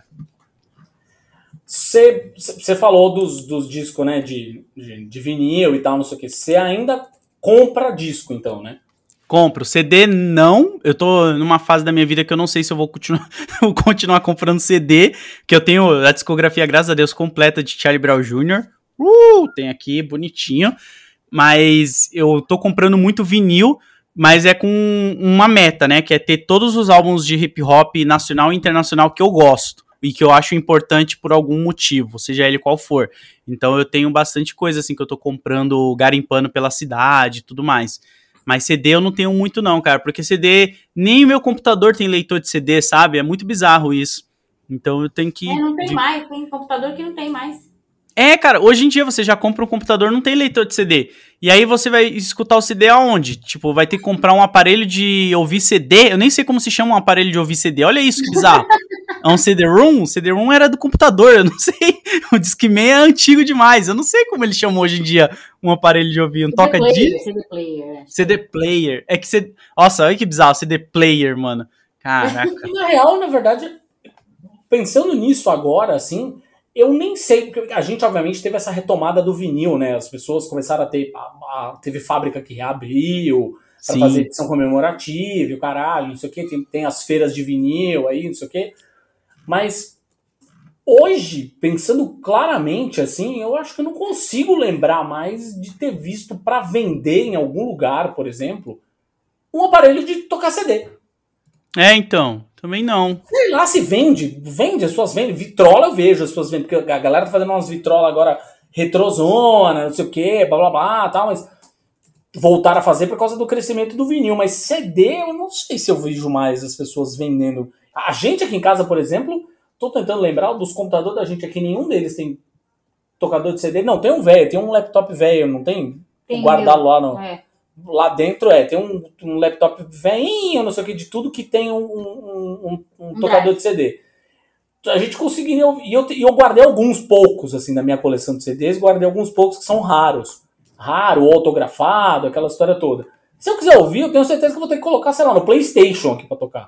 Você falou dos, dos discos, né? De, de, de vinil e tal, não sei o que. Você ainda compra disco, então, né? Compro. C D, não. Eu tô numa fase da minha vida que eu não sei se eu vou continuar, vou continuar comprando C D, que eu tenho a discografia, graças a Deus, completa de Charlie Brown Júnior Uh, tem aqui, bonitinho. Mas eu tô comprando muito vinil, mas é com uma meta, né? Que é ter todos os álbuns de hip hop nacional e internacional que eu gosto e que eu acho importante por algum motivo, seja ele qual for. Então eu tenho bastante coisa assim que eu tô comprando, garimpando pela cidade e tudo mais. Mas C D eu não tenho muito não, cara, porque C D, nem meu computador tem leitor de C D, sabe? É muito bizarro isso. Então eu tenho que... É, não tem mais, tem computador que não tem mais. É, cara, hoje em dia você já compra um computador, não tem leitor de C D. E aí você vai escutar o C D aonde? Tipo, vai ter que comprar um aparelho de ouvir C D. Eu nem sei como se chama um aparelho de ouvir C D. Olha isso, que bizarro. É um C D-ROM? O C D-ROM era do computador, eu não sei. O Discman é antigo demais. Eu não sei como ele chama hoje em dia um aparelho de ouvir. Um toca-disco? C D player. C D player. É que você... Nossa, olha que bizarro, C D player, mano. Caraca. Na real, na verdade, pensando nisso agora, assim... Eu nem sei, porque a gente obviamente teve essa retomada do vinil, né? As pessoas começaram a ter. A, a, teve fábrica que reabriu para fazer edição comemorativa, e o caralho, não sei o quê. Tem, tem as feiras de vinil aí, não sei o quê. Mas hoje, pensando claramente assim, eu acho que eu não consigo lembrar mais de ter visto para vender em algum lugar, por exemplo, um aparelho de tocar C D. É, então. Também não. Sei lá se vende, vende, as pessoas vendem, vitrola eu vejo, as pessoas vendem, porque a galera tá fazendo umas vitrolas agora retrozona, não sei o que, blá blá blá, tal, mas voltaram a fazer por causa do crescimento do vinil, mas C D eu não sei se eu vejo mais as pessoas vendendo. A gente aqui em casa, por exemplo, tô tentando lembrar dos computadores da gente aqui, nenhum deles tem tocador de C D, não, tem um velho, tem um laptop velho, não tem? Tem guardado lá no... É. Lá dentro é, tem um, um laptop velhinho, não sei o que, de tudo que tem um, um, um, um tocador de C D. A gente conseguiria, e eu, eu guardei alguns poucos, assim, da minha coleção de C Ds, guardei alguns poucos que são raros. Raro, autografado, aquela história toda. Se eu quiser ouvir, eu tenho certeza que eu vou ter que colocar, sei lá, no PlayStation aqui pra tocar.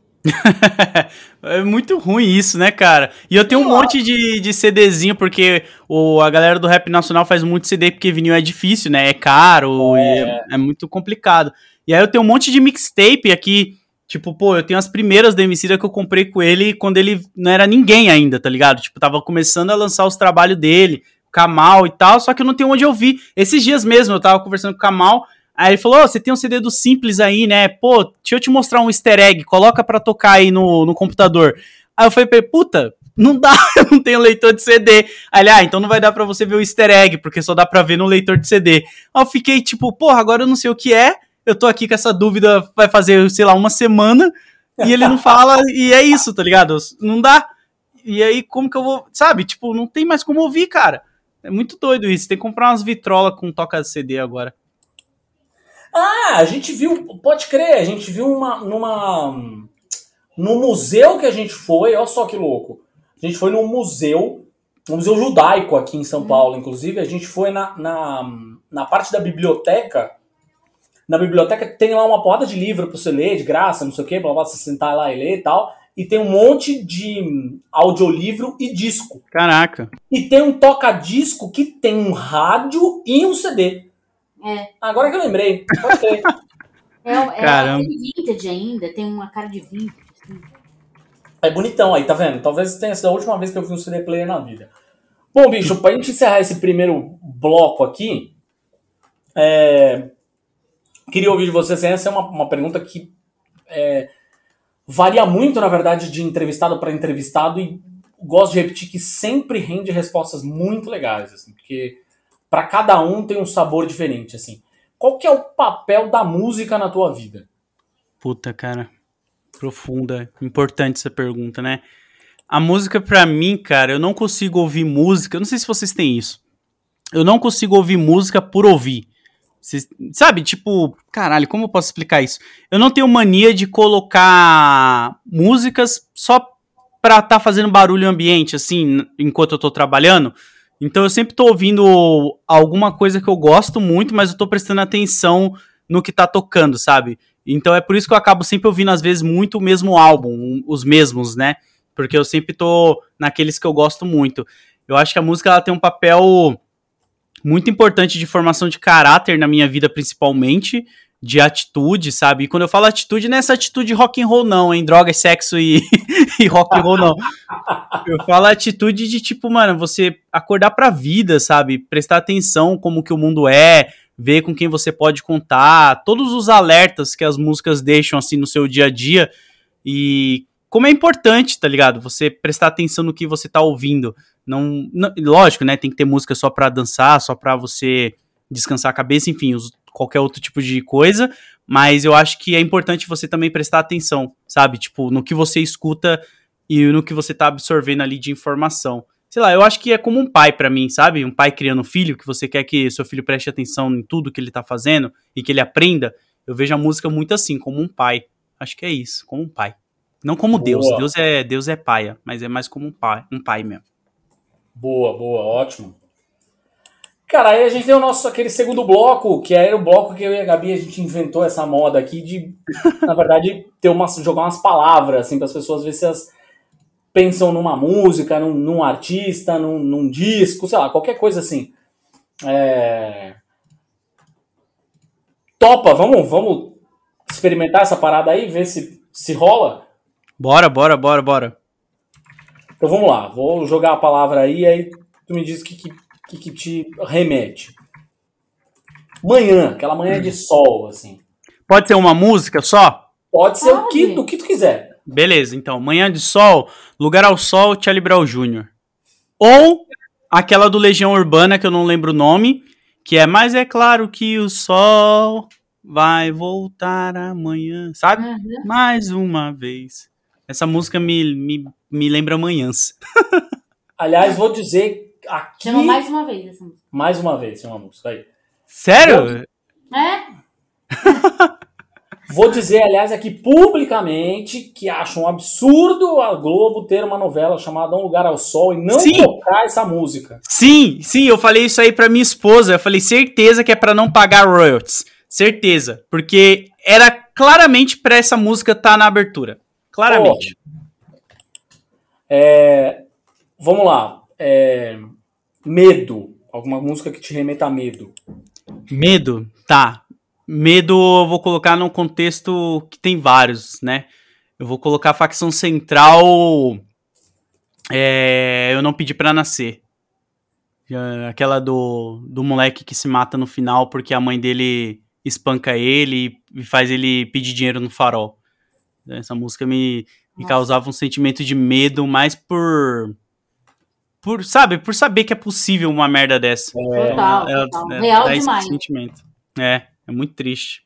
É muito ruim isso, né, cara? E eu tenho um monte de, de CDzinho, porque o, a galera do rap nacional faz muito C D, porque vinil é difícil, né? É caro, é, é, é muito complicado. E aí eu tenho um monte de mixtape aqui, tipo, pô, eu tenho as primeiras do Emicida que eu comprei com ele quando ele não era ninguém ainda, tá ligado? Tipo, tava começando a lançar os trabalhos dele, Kamal e tal, só que eu não tenho onde ouvir. Esses dias mesmo eu tava conversando com o Kamal, aí ele falou, oh, você tem um C D do Simples aí, né? Pô, deixa eu te mostrar um easter egg, coloca pra tocar aí no, no computador. Aí eu falei, puta, não dá, eu não tenho leitor de C D. Aí ele, ah, então não vai dar pra você ver o easter egg, porque só dá pra ver no leitor de C D. Aí eu fiquei tipo, porra, agora eu não sei o que é, eu tô aqui com essa dúvida, vai fazer, sei lá, uma semana, e ele não fala, e é isso, tá ligado? Não dá. E aí, como que eu vou, sabe? Tipo, não tem mais como ouvir, cara. É muito doido isso, tem que comprar umas vitrolas com toca C D agora. Ah, a gente viu, pode crer, a gente viu uma, numa, no museu que a gente foi, olha só que louco, a gente foi num museu, um museu judaico aqui em São Paulo, inclusive, a gente foi na, na, na parte da biblioteca, na biblioteca tem lá uma porrada de livro pra você ler, de graça, não sei o que, blá, blá, você sentar lá e ler e tal. E tem um monte de audiolivro e disco. Caraca. E tem um toca-disco que tem um rádio e um C D. É. Agora que eu lembrei. Pode ser. É, é aquele vintage ainda, tem uma cara de vintage. Assim. É bonitão aí, tá vendo? Talvez tenha sido a última vez que eu vi um C D player na vida. Bom, bicho, pra gente encerrar esse primeiro bloco aqui, é... queria ouvir de você, assim, essa é uma, uma pergunta que é... varia muito, na verdade, de entrevistado para entrevistado e gosto de repetir que sempre rende respostas muito legais, assim, porque para cada um tem um sabor diferente, assim. Qual que é o papel da música na tua vida? Puta, cara, profunda, importante essa pergunta, né? A música pra mim, cara, eu não consigo ouvir música, eu não sei se vocês têm isso, eu não consigo ouvir música por ouvir. Cês, sabe, tipo, caralho, como eu posso explicar isso? Eu não tenho mania de colocar músicas só pra tá fazendo barulho no ambiente, assim, enquanto eu tô trabalhando. Então eu sempre tô ouvindo alguma coisa que eu gosto muito, mas eu tô prestando atenção no que tá tocando, sabe? Então é por isso que eu acabo sempre ouvindo, às vezes, muito o mesmo álbum, os mesmos, né? Porque eu sempre tô naqueles que eu gosto muito. Eu acho que a música, ela tem um papel muito importante de formação de caráter na minha vida, principalmente, de atitude, sabe? E quando eu falo atitude, não é essa atitude rock and roll não, hein? Droga, sexo e, e rock and roll não. Eu falo atitude de tipo, mano, você acordar pra vida, sabe? Prestar atenção como que o mundo é, ver com quem você pode contar, todos os alertas que as músicas deixam, assim, no seu dia a dia. E como é importante, tá ligado? Você prestar atenção no que você tá ouvindo. Não, não, lógico, né? Tem que ter música só pra dançar, só pra você descansar a cabeça, enfim, os, qualquer outro tipo de coisa. Mas eu acho que é importante você também prestar atenção, sabe? Tipo, no que você escuta e no que você tá absorvendo ali de informação. Sei lá, eu acho que é como um pai pra mim, sabe? Um pai criando um filho, que você quer que seu filho preste atenção em tudo que ele tá fazendo e que ele aprenda. Eu vejo a música muito assim, como um pai. Acho que é isso, como um pai. Não como Deus. Boa. Deus é, Deus é paia, mas é mais como um pai, um pai mesmo. Boa, boa, ótimo. Cara, aí a gente tem o nosso, aquele segundo bloco, que era o bloco que eu e a Gabi, a gente inventou essa moda aqui de, na verdade, ter umas, jogar umas palavras, assim, para as pessoas ver se elas pensam numa música, num, num artista, num, num disco, sei lá, qualquer coisa assim. É... Topa, vamos, vamos experimentar essa parada aí, ver se, se rola? Bora, bora, bora, bora. Então vamos lá, vou jogar a palavra aí, aí tu me diz o que, que, que, que te remete. Manhã, aquela manhã de sol, assim. Pode ser uma música só? Pode ser o que, o que tu quiser. Beleza, então. Manhã de Sol, Lugar ao Sol, Charlie Brown Júnior Ou aquela do Legião Urbana, que eu não lembro o nome, que é Mas é claro que o sol vai voltar amanhã, sabe? Uhum. Mais uma vez. Essa música me, me, me lembra manhãs. Aliás, vou dizer aqui... Chama mais uma vez essa música. Mais uma vez, chama a música aí. Sério? Vou... É? Vou dizer, aliás, aqui publicamente que acho um absurdo a Globo ter uma novela chamada Um Lugar ao Sol e não sim. tocar essa música. Sim, sim, eu falei isso aí pra minha esposa. Eu falei, certeza que é pra não pagar royalties. Certeza. Porque era claramente pra essa música estar tá na abertura. Claramente. É, vamos lá. É, medo. Alguma música que te remeta a medo. Medo? Tá. Medo eu vou colocar num contexto que tem vários, né? Eu vou colocar a Facção Central... É, eu Não Pedi Pra Nascer. Aquela do, do moleque que se mata no final porque a mãe dele espanca ele e faz ele pedir dinheiro no farol. Essa música me, me causava um sentimento de medo, mais por... por, sabe, por saber que é possível uma merda dessa. É, total, é, total. É, Real esse demais. Sentimento. É, é muito triste.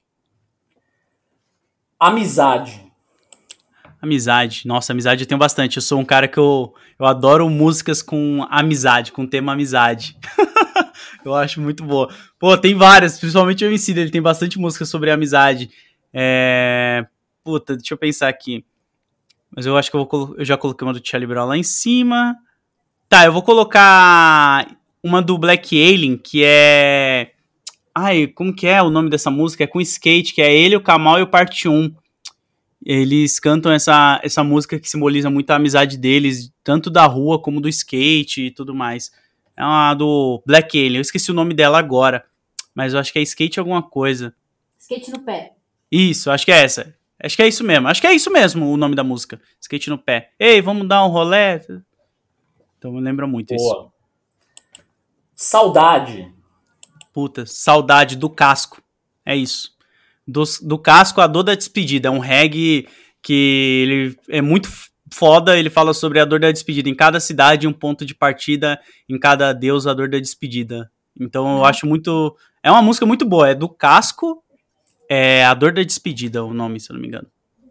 Amizade. Amizade. Nossa, amizade eu tenho bastante. Eu sou um cara que eu, eu adoro músicas com amizade, com tema amizade. Eu acho muito boa. Pô, tem várias, principalmente o M C, ele tem bastante música sobre amizade. É... Puta, deixa eu pensar aqui. Mas eu acho que eu, vou, eu já coloquei uma do Charlie Brown lá em cima. Tá, eu vou colocar uma do Black Alien, que é... Ai, como que é o nome dessa música? É com Skate, que é ele, o Kamal e o Parte um. Eles cantam essa, essa música que simboliza muito a amizade deles, tanto da rua como do skate e tudo mais. É uma do Black Alien, eu esqueci o nome dela agora, mas eu acho que é Skate alguma coisa. Skate no pé. Isso, acho que é essa. Acho que é isso mesmo, acho que é isso mesmo o nome da música. Skate no pé. Ei, vamos dar um rolê? Então me lembra muito. Boa. Isso. Saudade. Puta, saudade do casco. É isso. Do, do casco, a dor da despedida. É um reggae que ele é muito foda. Ele fala sobre a dor da despedida. Em cada cidade, um ponto de partida. Em cada adeus, a dor da despedida. Então eu acho muito... É uma música muito boa. É do casco. É a dor da despedida o nome, se eu não me engano.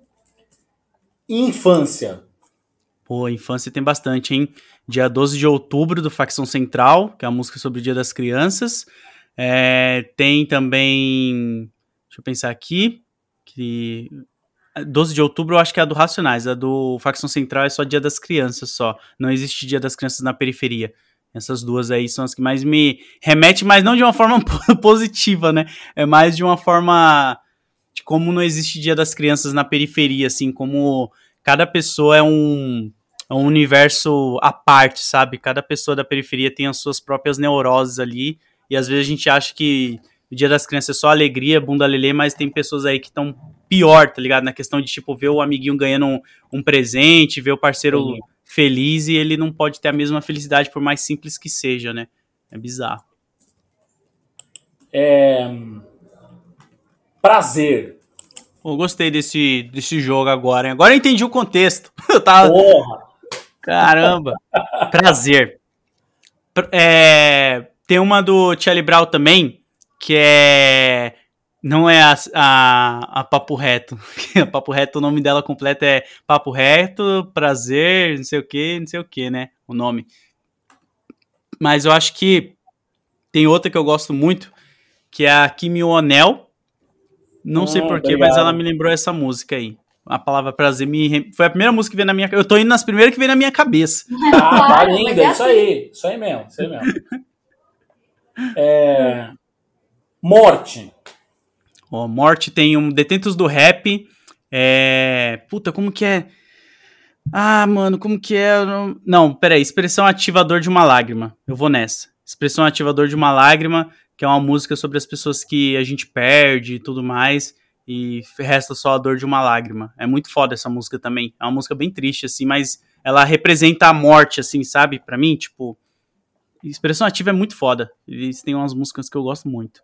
Infância. Pô, infância tem bastante, hein? Dia doze de outubro, do Facção Central, que é a música sobre o Dia das Crianças. É, tem também... Deixa eu pensar aqui, que doze de outubro eu acho que é a do Racionais, a do Facção Central é só Dia das Crianças só, não existe Dia das Crianças na periferia. Essas duas aí são as que mais me remetem, mas não de uma forma positiva, né? É mais de uma forma de como não existe Dia das Crianças na periferia, assim, como cada pessoa é um, é um universo à parte, sabe? Cada pessoa da periferia tem as suas próprias neuroses ali, e às vezes a gente acha que o Dia das Crianças é só alegria, bunda lelê, mas tem pessoas aí que estão pior, tá ligado? Na questão de, tipo, ver o amiguinho ganhando um, um presente, ver o parceiro Sim. feliz e ele não pode ter a mesma felicidade, por mais simples que seja, né? É bizarro. É... Prazer. Eu gostei desse, desse jogo agora, hein? Agora eu entendi o contexto. Eu tava... Porra! Caramba! Prazer. É... Tem uma do Charlie Brown também, que é... Não é a, a, a Papo Reto. A Papo Reto, o nome dela completo é Papo Reto, Prazer, não sei o que, não sei o que, né? O nome. Mas eu acho que tem outra que eu gosto muito, que é a Kimi Onel. Não ah, sei porquê, mas ela me lembrou essa música aí. A palavra prazer me... foi a primeira música que veio na minha... Eu tô indo nas primeiras que veio na minha cabeça. Ah, tá linda, é isso assim. aí. Isso aí mesmo, isso aí mesmo. É... Morte. Ó, Morte tem um Detentos do Rap. É... Puta, como que é? Ah, mano, como que é? Não, não peraí. Expressão Ativador de uma Lágrima. Eu vou nessa. Expressão Ativador de uma Lágrima, que é uma música sobre as pessoas que a gente perde e tudo mais, e resta só a dor de uma lágrima. É muito foda essa música também. É uma música bem triste, assim, mas ela representa a morte, assim, sabe? Pra mim, tipo... Expressão Ativa é muito foda. Eles têm umas músicas que eu gosto muito.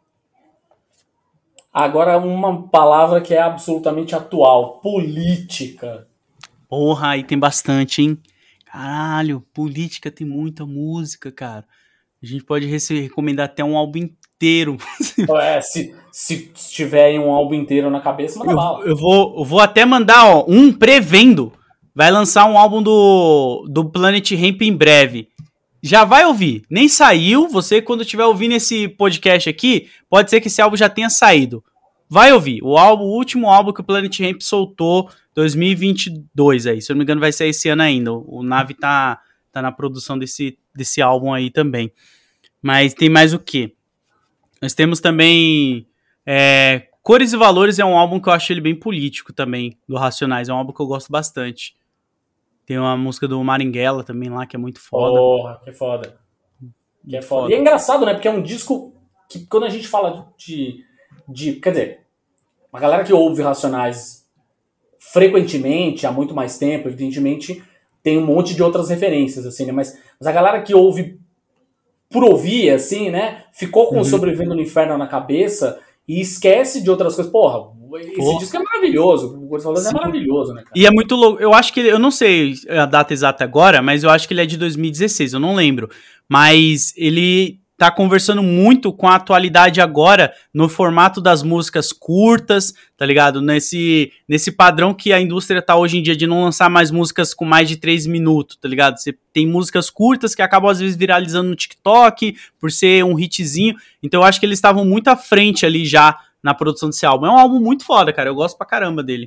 Agora, uma palavra que é absolutamente atual. Política. Porra, aí tem bastante, hein? Caralho, política tem muita música, cara. A gente pode recomendar até um álbum inteiro. É, se, se tiver aí um álbum inteiro na cabeça, manda eu, bala. Eu vou, eu vou até mandar, ó, um prevendo. Vai lançar um álbum do, do Planet Hemp em breve. Já vai ouvir. Nem saiu. Você, quando estiver ouvindo esse podcast aqui, pode ser que esse álbum já tenha saído. Vai ouvir. O, álbum, o último álbum que o Planet Hemp soltou, dois mil e vinte e dois aí. Se eu não me engano, vai ser esse ano ainda. O Nave tá, tá na produção desse, desse álbum aí também. Mas tem mais o quê? Nós temos também... É, Cores e Valores é um álbum que eu acho ele bem político também, do Racionais. É um álbum que eu gosto bastante. Tem uma música do Maringuela também lá, que é muito foda. Porra, que foda. Que é foda. foda. E é engraçado, né? Porque é um disco que, quando a gente fala de... de quer dizer, uma galera que ouve Racionais frequentemente, há muito mais tempo, evidentemente, tem um monte de outras referências, assim, né? Mas, mas a galera que ouve por ouvir, assim, né? Ficou com uhum. Sobrevivendo no Inferno na cabeça e esquece de outras coisas. Porra, esse Porra. disco é maravilhoso. O Cores e Valores é maravilhoso, né, cara? E é muito louco. Eu acho que ele, eu não sei a data exata agora, mas eu acho que ele é de dois mil e dezesseis, eu não lembro. Mas ele tá conversando muito com a atualidade agora no formato das músicas curtas, tá ligado? Nesse, nesse padrão que a indústria tá hoje em dia de não lançar mais músicas com mais de três minutos, tá ligado? Você tem músicas curtas que acabam às vezes viralizando no TikTok por ser um hitzinho. Então eu acho que eles estavam muito à frente ali já na produção desse álbum. É um álbum muito foda, cara. Eu gosto pra caramba dele.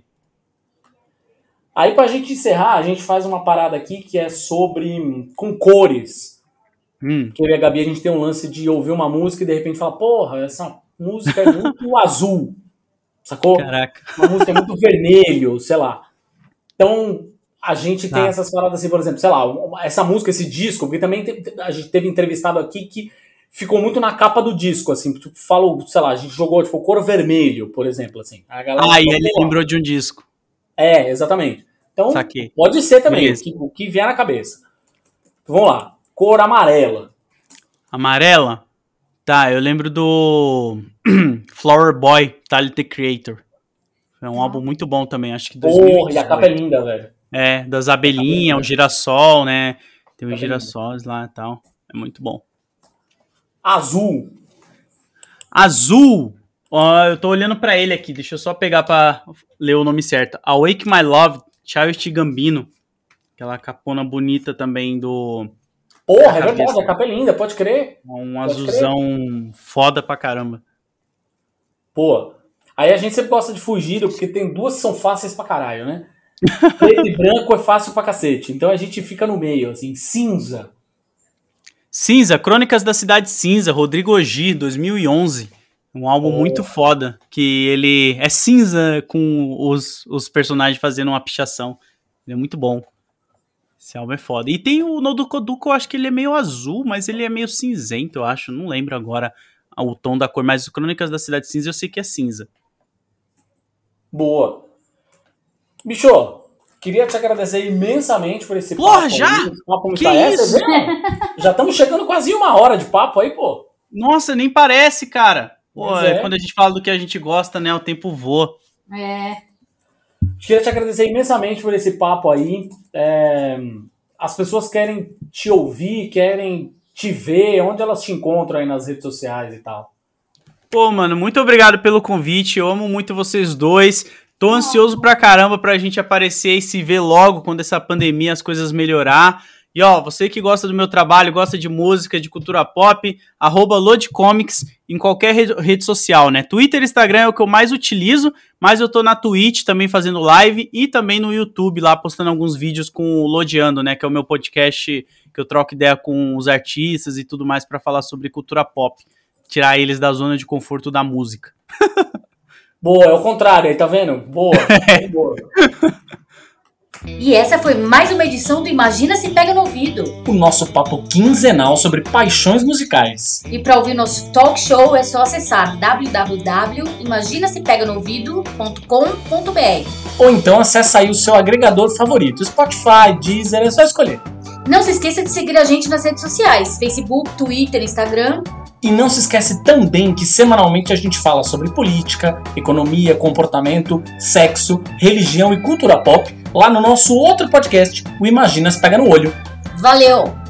Aí pra gente encerrar, a gente faz uma parada aqui que é sobre com cores. Hum. Que eu e a Gabi, a gente tem um lance de ouvir uma música e de repente falar, porra, essa música é muito azul, sacou? Caraca. Uma música é muito vermelho, sei lá. Então, a gente tem ah. essas paradas assim, por exemplo, sei lá, essa música, esse disco, porque também te, a gente teve entrevistado aqui que ficou muito na capa do disco, assim, tipo, falou, sei lá, a gente jogou, tipo, Cor Vermelho, por exemplo, assim. A galera ah, e ele lembrou de um disco. É, exatamente. Então, Saquei. pode ser também, o que, o que vier na cabeça. Vamos lá. Cor Amarela. Amarela? Tá, eu lembro do Flower Boy, Tyler, the Creator. É um ah. álbum muito bom também, acho que dois mil e dezoito. Porra, e a capa é linda, velho. É, das abelhinhas, o girassol, né? Tem os girassóis lá e tal. É muito bom. Azul. Azul! Ó, eu tô olhando pra ele aqui, deixa eu só pegar pra ler o nome certo. Awake My Love, Childish Gambino. Aquela capona bonita também do... Porra, é verdade, a capa é linda, pode crer. Um pode azulzão crer. Foda pra caramba. Pô, aí a gente sempre gosta de fugir, porque tem duas que são fáceis pra caralho, né? Preto e branco é fácil pra cacete, então a gente fica no meio, assim, cinza. Cinza, Crônicas da Cidade Cinza, Rodrigo Ogir, dois mil e onze. Um álbum oh. muito foda, que ele é cinza com os, os personagens fazendo uma pichação. Ele é muito bom. Esse álbum é foda. E tem o Nodokoduko, eu acho que ele é meio azul, mas ele é meio cinzento, eu acho. Não lembro agora o tom da cor, mas Crônicas da Cidade Cinza eu sei que é cinza. Boa. Bicho, queria te agradecer imensamente por esse Porra, papo. já? Aí, esse papo que tá isso? Essa, já estamos chegando quase uma hora de papo aí, pô. Nossa, nem parece, cara. Pô, é. Quando a gente fala do que a gente gosta, né, o tempo voa. É. Queria te agradecer imensamente por esse papo aí. É, as pessoas querem te ouvir, querem te ver, onde elas te encontram aí nas redes sociais e tal. Pô, mano, muito obrigado pelo convite. Eu amo muito vocês dois. Tô ansioso pra caramba pra gente aparecer e se ver logo quando essa pandemia as coisas melhorar. E ó, você que gosta do meu trabalho, gosta de música, de cultura pop, arroba Lodcomics em qualquer rede social, né? Twitter e Instagram é o que eu mais utilizo, mas eu tô na Twitch também fazendo live e também no YouTube lá postando alguns vídeos com o Lodeando, né? Que é o meu podcast que eu troco ideia com os artistas e tudo mais pra falar sobre cultura pop. Tirar eles da zona de conforto da música. Boa, é o contrário aí, tá vendo? Boa, boa. E essa foi mais uma edição do Imagina Se Pega no Ouvido. O nosso papo quinzenal sobre paixões musicais. E para ouvir nosso talk show é só acessar w w w ponto imagina se pega no ouvido ponto com ponto b r. Ou então acessa aí o seu agregador favorito, Spotify, Deezer, é só escolher. Não se esqueça de seguir a gente nas redes sociais, Facebook, Twitter, Instagram. E não se esquece também que semanalmente a gente fala sobre política, economia, comportamento, sexo, religião e cultura pop lá no nosso outro podcast, o Imagina Se Pega no Olho. Valeu!